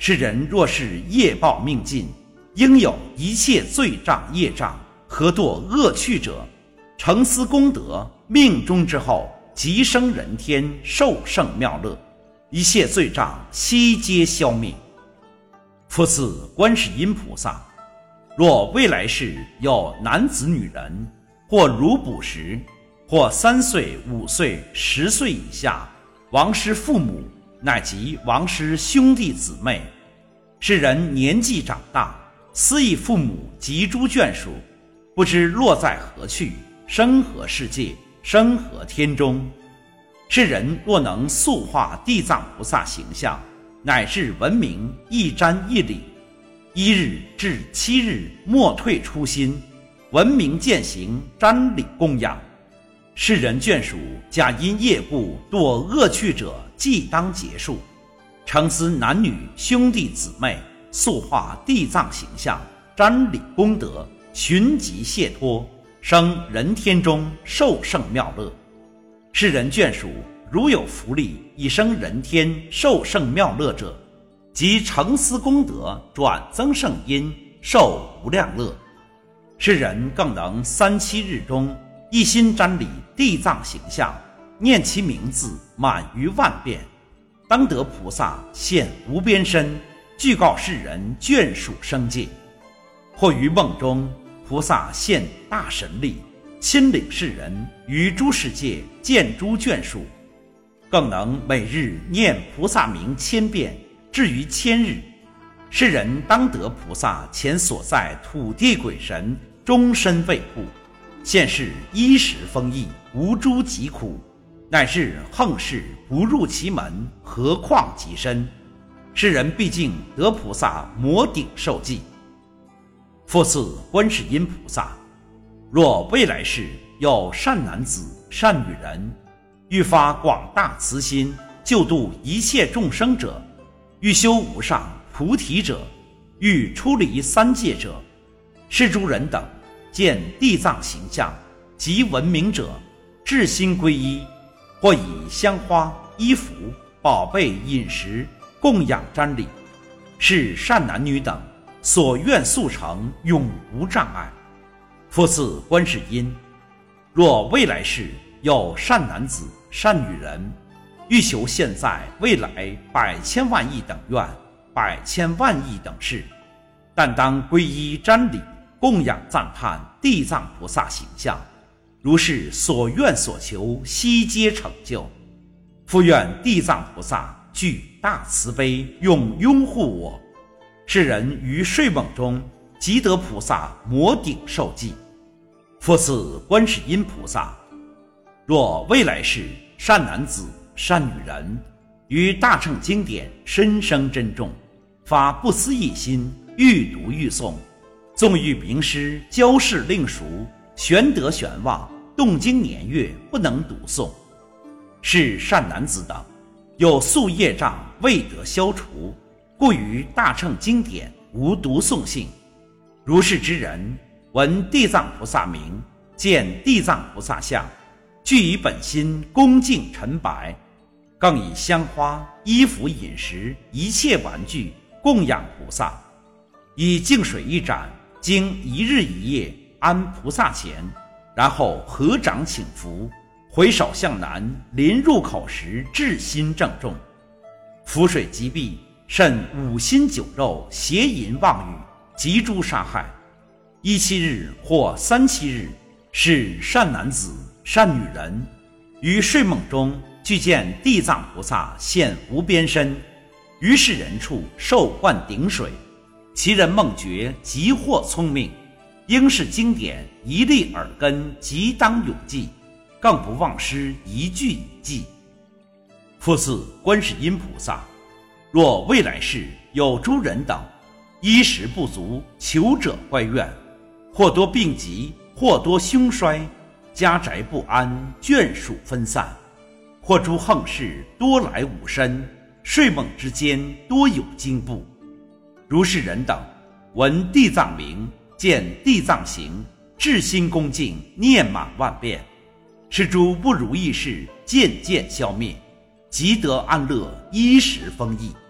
世人若是业报命尽，应有一切罪障业障，何堕恶趣者，成思功德，命终之后，即生人天，受胜妙乐，一切罪障悉皆消灭。复次观世音菩萨，若未来世有男子女人，或如卜时，或三岁、五岁、十岁以下，亡失父母，乃及亡失兄弟姊妹，世人年纪长大，思忆父母及诸眷属，不知落在何去，生何世界，生何天中。世人若能塑化地藏菩萨形象，乃至闻名一瞻一礼，一日至七日莫退初心，闻名践行，瞻礼供养，世人眷属假因业故堕恶趣者，即当结束。诚思男女兄弟姊妹，塑化地藏形象，瞻礼功德，寻疾解脱，生人天中，受胜妙乐。世人眷属如有福利，以生人天，受胜妙乐者，即成思功德，转增胜因，受无量乐。世人更能三七日中，一心瞻礼地藏形象，念其名字满于万遍，当得菩萨现无边身，具告世人眷属生界。或于梦中，菩萨现大神力，亲领世人于诸世界见诸眷属，更能每日念菩萨名千遍，至于千日，世人当得菩萨前所在土地鬼神终身卫护，现世衣食丰溢，无诸疾苦，乃至横世不入其门，何况己身。世人毕竟得菩萨摩顶受记。复次观世音菩萨，若未来世有善男子善女人，欲发广大慈心，救度一切众生者，欲修无上菩提者，欲出离三界者，是诸人等见地藏形象及闻名者，至心皈依，或以香花衣服宝贝饮食供养瞻礼，是善男女等所愿速成，永无障碍。复次观世音，若未来世有善男子善女人，欲求现在未来百千万亿等愿，百千万亿等事，但当皈依瞻礼供养赞叹地藏菩萨形象，如是所愿所求悉皆成就。复愿地藏菩萨具大慈悲，永拥护我，世人于睡梦中即得菩萨摩顶受记。复次观世音菩萨，若未来世善男子善女人，于大乘经典深生珍重，发不思议心，欲读欲诵，纵欲名师教示令熟，玄德玄望，动经年月不能读诵，是善男子等有宿业障未得消除，故于大乘经典无读诵性。如是之人，闻地藏菩萨名，见地藏菩萨像，具以本心恭敬陈白，更以香花衣服饮食一切玩具供养菩萨，以净水一盏，经一日一夜安菩萨前，然后合掌请福，回首向南，临入口时至心正重，浮水即毕，甚五辛酒肉邪淫妄语及诸杀害。一七日或三七日，是善男子善女人于睡梦中具见地藏菩萨现无边身，于是人处受灌顶水，其人梦觉即获聪明，应是经典一粒耳根，即当永记，更不忘失一句一记。复次观世音菩萨，若未来世有诸人等衣食不足，求者怀怨，或多病疾，或多凶衰，家宅不安，眷属分散，或诸横事多来五身，睡梦之间多有惊怖，如是人等闻地藏名，见地藏形，至心恭敬，念满万遍，是诸不如意事渐渐消灭，即得安乐，衣食丰溢。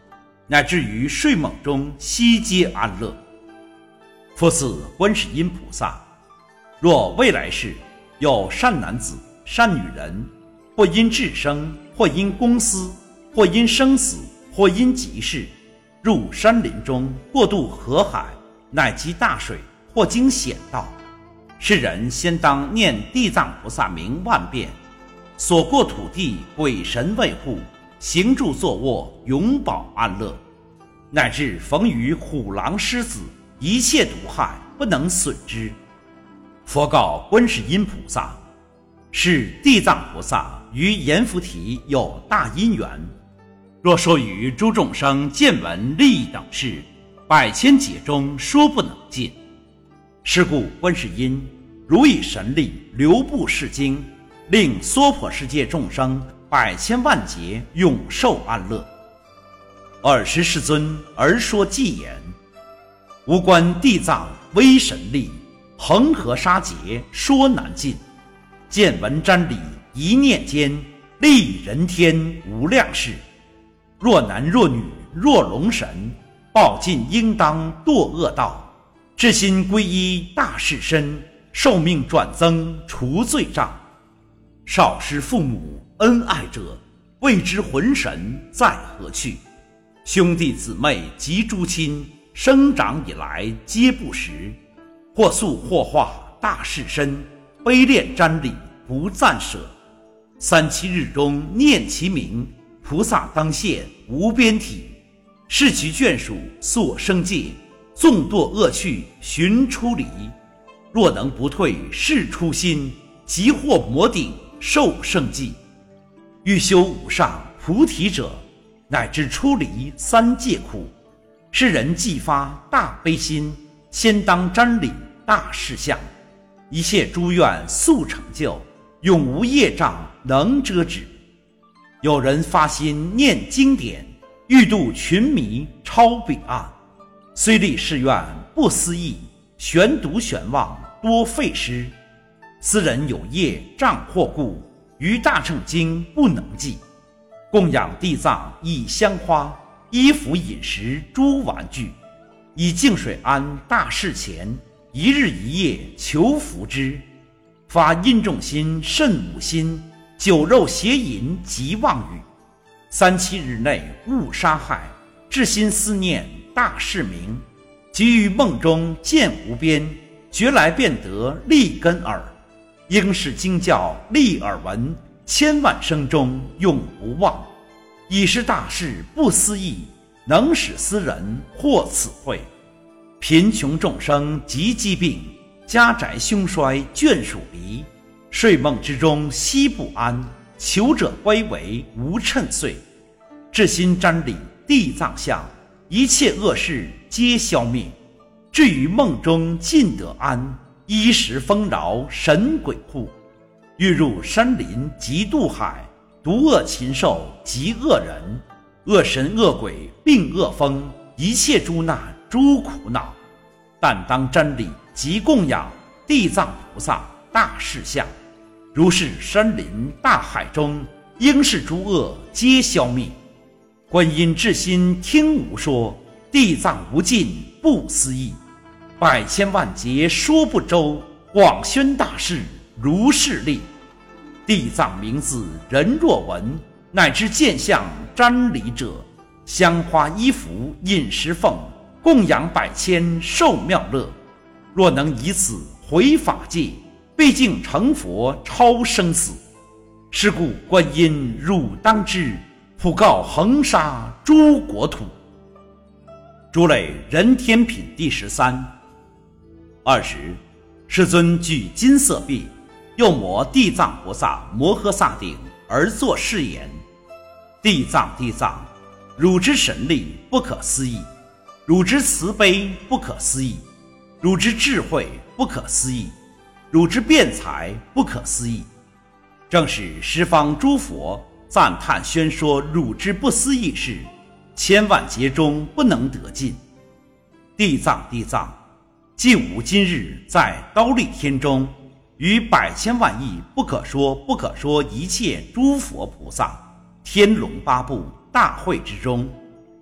乃至于睡梦中悉皆安乐。复似观世音菩萨，若未来世有善男子、善女人，或因智生，或因公私，或因生死，或因急事，入山林中，过渡河海，乃及大水，或经险道，世人先当念地藏菩萨名万遍，所过土地鬼神卫护，行住坐卧永保安乐，乃至逢于虎狼狮子，一切毒害不能损之。佛告观世音菩萨，是地藏菩萨与阎浮提有大因缘，若说于诸众生见闻利益等事，百千劫中说不能尽。是故观世音如以神力流布世经，令娑婆世界众生百千万劫永受安乐。尔时世尊而说偈言：吾观地藏威神力，恒河沙劫说难尽，见闻瞻礼一念间，利人天无量事。若男若女若龙神，报尽应当堕恶道，至心皈依大士身，寿命转增除罪障。少失父母恩爱者，未知魂神在何去？兄弟姊妹及诸亲，生长以来皆不识。或塑或化大士身，悲恋瞻礼不暂舍。三七日中念其名，菩萨当现无边体。视其眷属所生界，纵堕恶趣寻出离。若能不退是初心，即获魔顶受圣迹。欲修无上菩提者，乃至出离三界苦。世人既发大悲心，先当瞻礼大士相，一切诸愿速成就，永无业障能遮止。有人发心念经典，欲度群迷超彼岸，虽立誓愿不思议，悬独悬望多费时。斯人有业障惑故，于大乘经不能记。供养地藏以香花，衣服饮食诸玩具，以净水安大士前，一日一夜求福之。发殷重心慎无心，酒肉邪淫及妄语。三七日内勿杀害，至心思念大士名。即于梦中见无边，觉来便得利根耳。应是经教利耳闻，千万生中永不忘。已是大事不思议，能使斯人获此惠。贫穷众生及疾病，家宅凶衰眷属离。睡梦之中悉不安，求者归为无称岁。至心瞻礼地藏像，一切恶事皆消灭。至于梦中尽得安，衣食丰饶神鬼护。欲入山林及渡海，毒恶禽兽及恶人，恶神恶鬼并恶风，一切诸难诸苦恼。但当瞻礼及供养地藏菩萨大士像，如是山林大海中，应是诸恶皆消灭。观音至心听无说，地藏无尽不思议。百千万劫说不周，广宣大士如是力。地藏名字人若闻，乃知见相瞻礼者，香花衣服饮食奉，供养百千受妙乐。若能以此回法界，必竟成佛超生死。是故观音汝当知，普告恒沙诸国土。诸类人天品第十三。二十，世尊具金色臂，又摩地藏菩萨摩诃萨顶而作是言：地藏地藏，汝之神力不可思议，汝之慈悲不可思议，汝之智慧不可思议，汝之辩才不可思议。正是十方诸佛赞叹宣说汝之不思议事，千万劫中不能得尽。地藏地藏，即吾今日在忉利天中，于百千万亿不可说不可说一切诸佛菩萨天龙八部大会之中，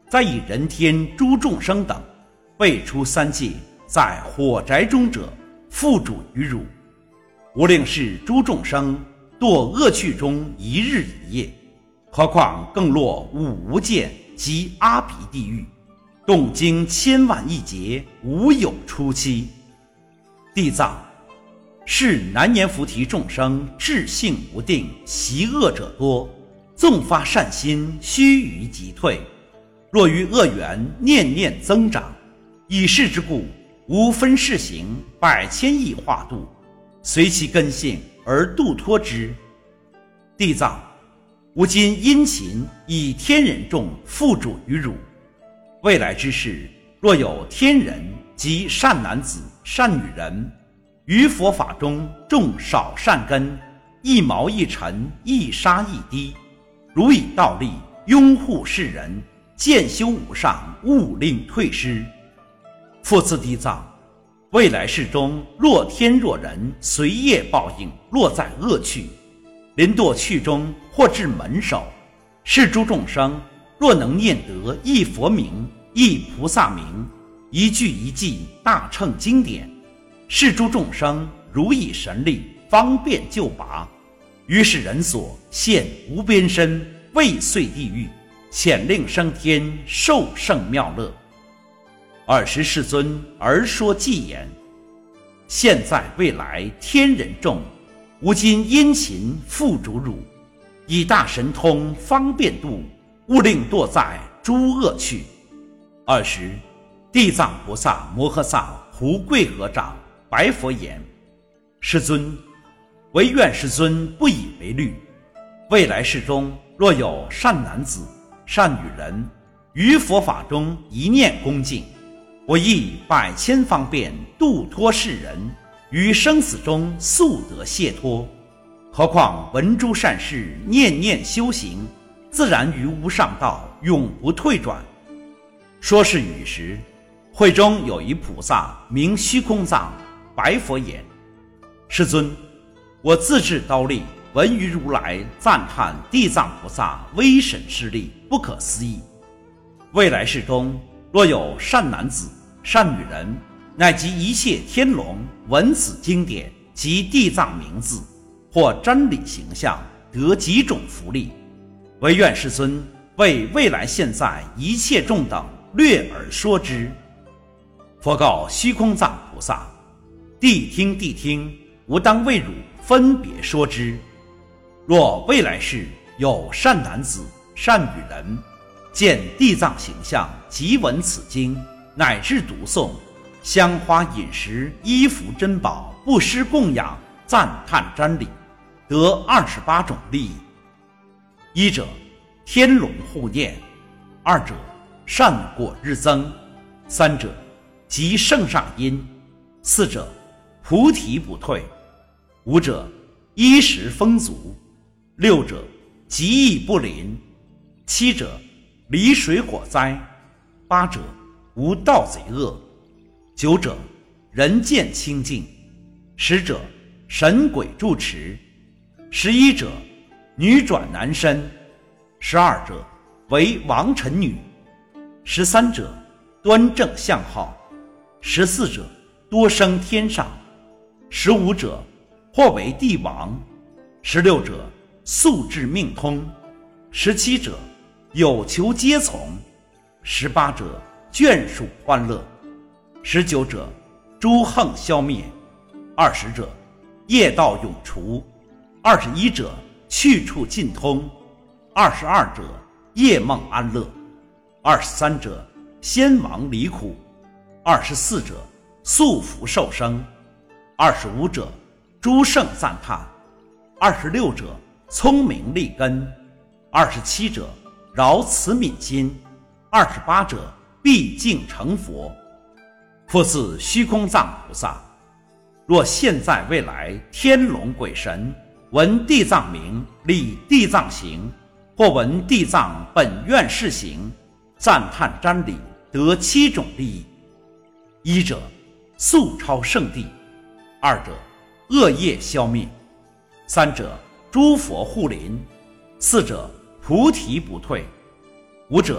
再以人天诸众生等辈出三界，在火宅中者，付诸于汝。无令是诸众生堕恶趣中一日一夜，何况更落五无间及阿鼻地狱，动经千万亿劫，无有出期。地藏，是难言菩提众生智性无定，习恶者多，纵发善心，须臾即退。若于恶缘念念增长，以是之故，无分世行，百千亿化度，随其根性而度脱之。地藏，吾今殷勤以天人众付诸于汝，未来之事，若有天人及善男子善女人，于佛法中种少善根，一毛一尘，一沙一滴，如以道力拥护世人，渐修无上，勿令退失。复次地藏，未来世中，若天若人，随业报应，落在恶趣，临堕趣中，或至门首。是诸众生若能念得一佛名，一菩萨名，一句一记大乘经典，是诸众生如以神力，方便救拔。于是人所现无边身，未遂地狱，遣令升天，受胜妙乐。尔时世尊而说偈言：现在未来天人众，吾今殷勤付诸汝，以大神通方便度，勿令堕在诸恶趣。尔时地藏菩萨摩诃萨胡跪合掌，白佛言：世尊，唯愿世尊不以为虑。未来世中，若有善男子善女人，于佛法中一念恭敬，我亦百千方便度脱世人，于生死中速得解脱。何况闻诸善事，念念修行，自然于无上道，永不退转。说是语时，会中有一菩萨名虚空藏，白佛言：世尊，我自制刀力，闻于如来赞叹地藏菩萨威神势力，不可思议。未来世中，若有善男子善女人，乃及一切天龙，闻此经典及地藏名字，或瞻礼形象，得几种福利。唯愿世尊为未来现在一切众等略而说之。佛告虚空藏菩萨：谛听谛听，吾当为汝分别说之。若未来世有善男子善女人，见地藏形象，即闻此经，乃至读诵，香花饮食衣服珍宝，布施供养，赞叹瞻礼，得二十八种利益。一者天龙护念，二者善果日增，三者即圣上因，四者菩提不退，五者衣食丰足，六者疾疫不临，七者离水火灾，八者无盗贼恶，九者人见清净，十者神鬼住持，十一者女转男身，十二者为王臣女，十三者端正相好，十四者多生天上，十五者或为帝王，十六者速至命通，十七者有求皆从，十八者眷属欢乐，十九者诸横消灭，二十者业道永除，二十一者去处尽通，二十二者夜梦安乐，二十三者先亡离苦，二十四者速福受生，二十五者诸圣赞叹，二十六者聪明利根，二十七者饶慈悯心，二十八者毕竟成佛。复次虚空藏菩萨，若现在未来天龙鬼神闻地藏名，立地藏行，或闻地藏本愿示行，赞叹瞻礼，得七种利益。一者速超圣地，二者恶业消灭，三者诸佛护临，四者菩提不退，五者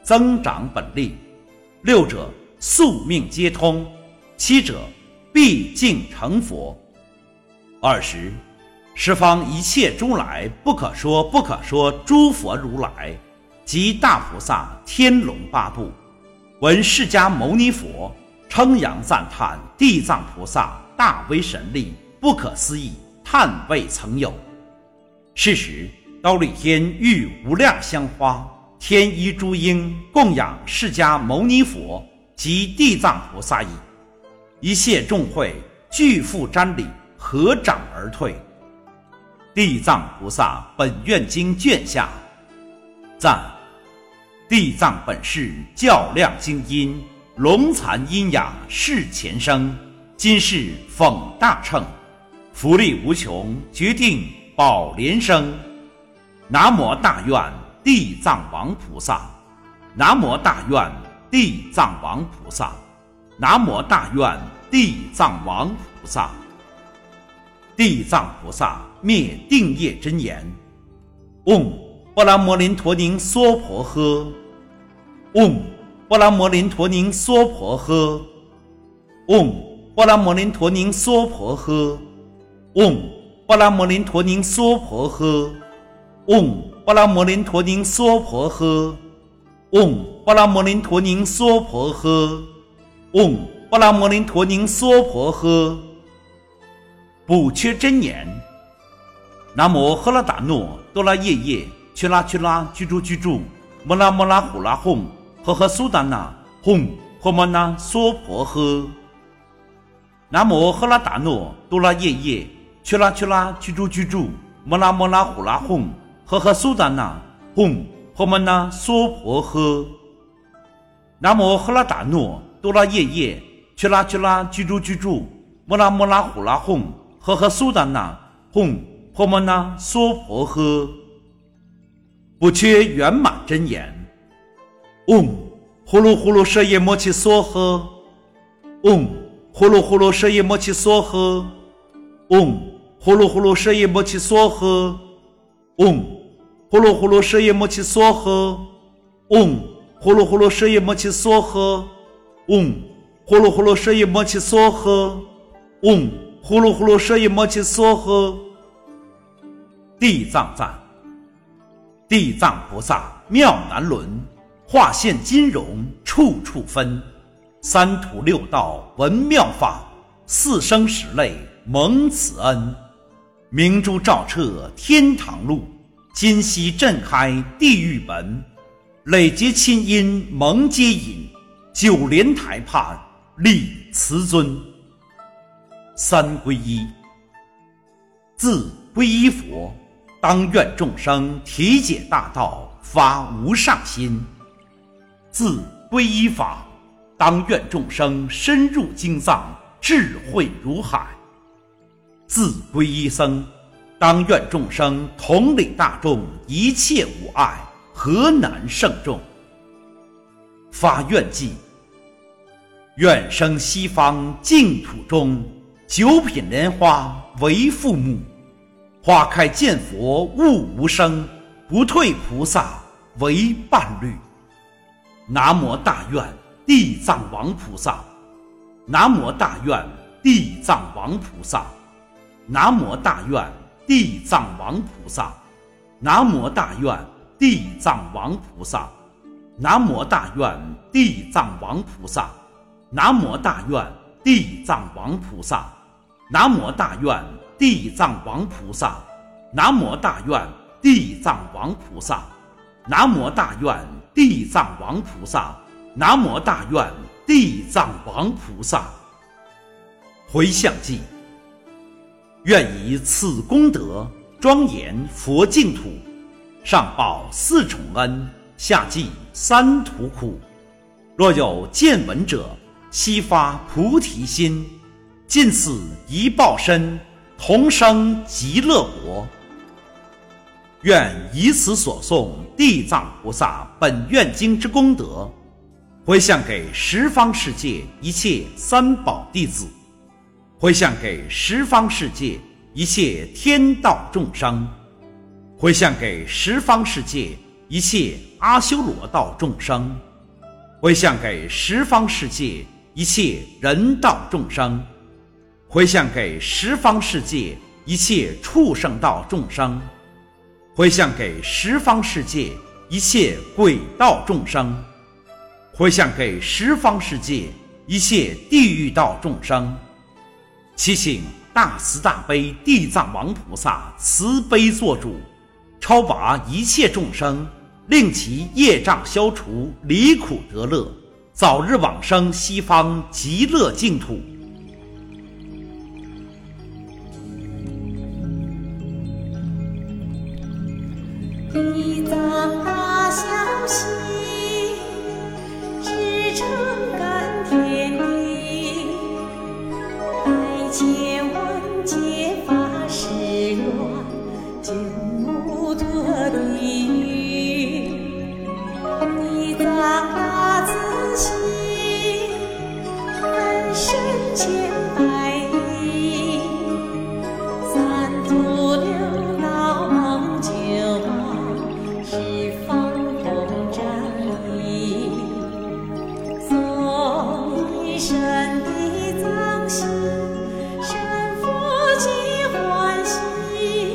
增长本力；六者宿命皆通；七者毕竟成佛。二十十方一切诸来不可说不可说诸佛如来及大菩萨天龙八部，闻释迦牟尼佛称扬赞叹地藏菩萨大威神力不可思议，叹未曾有。是时忉利天欲无量香花，天衣诸鹰供养释迦牟尼佛及地藏菩萨矣。一切众会俱复瞻礼，合掌而退。地藏菩萨本愿经卷下赞：地藏本是较量精阴，龙残阴雅是前生，今世讽大乘，福利无穷，决定宝莲生。南无大愿地藏王菩萨，南无大愿地藏王菩萨，南无大愿地藏王菩萨。地藏菩萨灭定业真言：嗡波罗摩林陀宁娑婆诃，嗡波罗摩林陀宁娑婆诃，嗡波罗摩林陀宁娑婆诃，嗡波罗摩林陀宁娑婆诃，嗡波罗摩林陀宁娑婆诃，嗡波罗摩林陀宁娑婆诃，嗡波罗摩林陀宁娑婆诃。补缺真言：南无喝罗达诺多拉耶耶缺拉缺拉居住居住摩拉摩拉呼拉哄呵呵苏达那哄婆摩那娑婆诃。南无喝罗达诺多拉耶耶缺拉缺拉居住居住摩拉摩拉呼拉哄呵呵苏达那哄婆摩那娑婆诃。南无喝罗达诺多拉耶耶缺拉缺拉居住居住摩拉摩拉呼拉哄呵呵苏达那哄婆摩那娑婆诃。不缺圆满真言：嗡呼噜呼噜舍耶摩契梭诃，嗡呼噜呼噜舍耶摩契梭诃，嗡呼噜呼噜舍耶摩契梭诃，嗡呼噜呼噜舍耶摩契梭诃，嗡呼噜呼噜舍耶摩契梭诃，嗡呼噜呼噜舍耶摩契梭诃，嗡呼噜呼噜舍耶摩契梭诃。地藏赞：地藏菩萨妙难伦，化现金容处处分，三途六道闻妙法，四生十类蒙此恩。明珠照彻天堂路，今夕震开地狱门，累劫亲因蒙接引，九莲台畔立慈尊。三皈依：自皈依佛，当愿众生体解大道，发无上心；自皈依法，当愿众生深入经藏，智慧如海；自皈依僧，当愿众生同理大众，一切无碍，何难胜众。发愿记：愿生西方净土中，九品莲花为父母，花开见佛悟无生，不退菩萨为伴侣。南无大愿地藏王菩萨，南无大愿地藏王菩萨，南无大愿地藏王菩萨，南无大愿地藏王菩萨，南无大愿地藏王菩萨，南无大愿地藏王菩萨，南无大愿地藏王菩萨，南无大愿地藏王菩萨，南无大愿地藏王菩萨，南无大愿地藏王菩萨。回向记：愿以此功德庄严佛净土，上报四重恩，下济三途苦。若有见闻者，悉发菩提心，尽此一报身，同生极乐国。愿以此所诵地藏菩萨本愿经之功德，回向给十方世界一切三宝弟子，回向给十方世界一切天道众生，回向给十方世界一切阿修罗道众生，回向给十方世界一切人道众生，回向给十方世界一切畜生道众生，回向给十方世界一切鬼道众生，回向给十方世界一切地狱道众生。祈请大慈大悲地藏王菩萨慈悲做主，超拔一切众生，令其业障消除，离苦得乐，早日往生西方极乐净土。 地藏大小心，至诚感天地，百劫万劫法誓愿，救无脱地狱。地藏大慈心，分身千百亿，三途六道梦九往，十方共占理。诵一声地藏心，身佛即欢喜，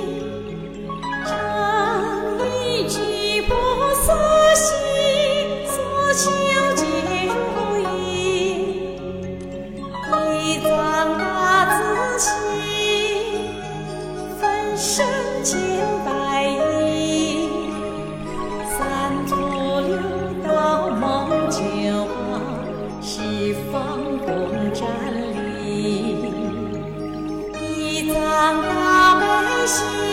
唱一句菩萨心，所求皆如意。地藏大慈心，分身千百亿，三途六道梦九往，十方共占理。地藏大悲心，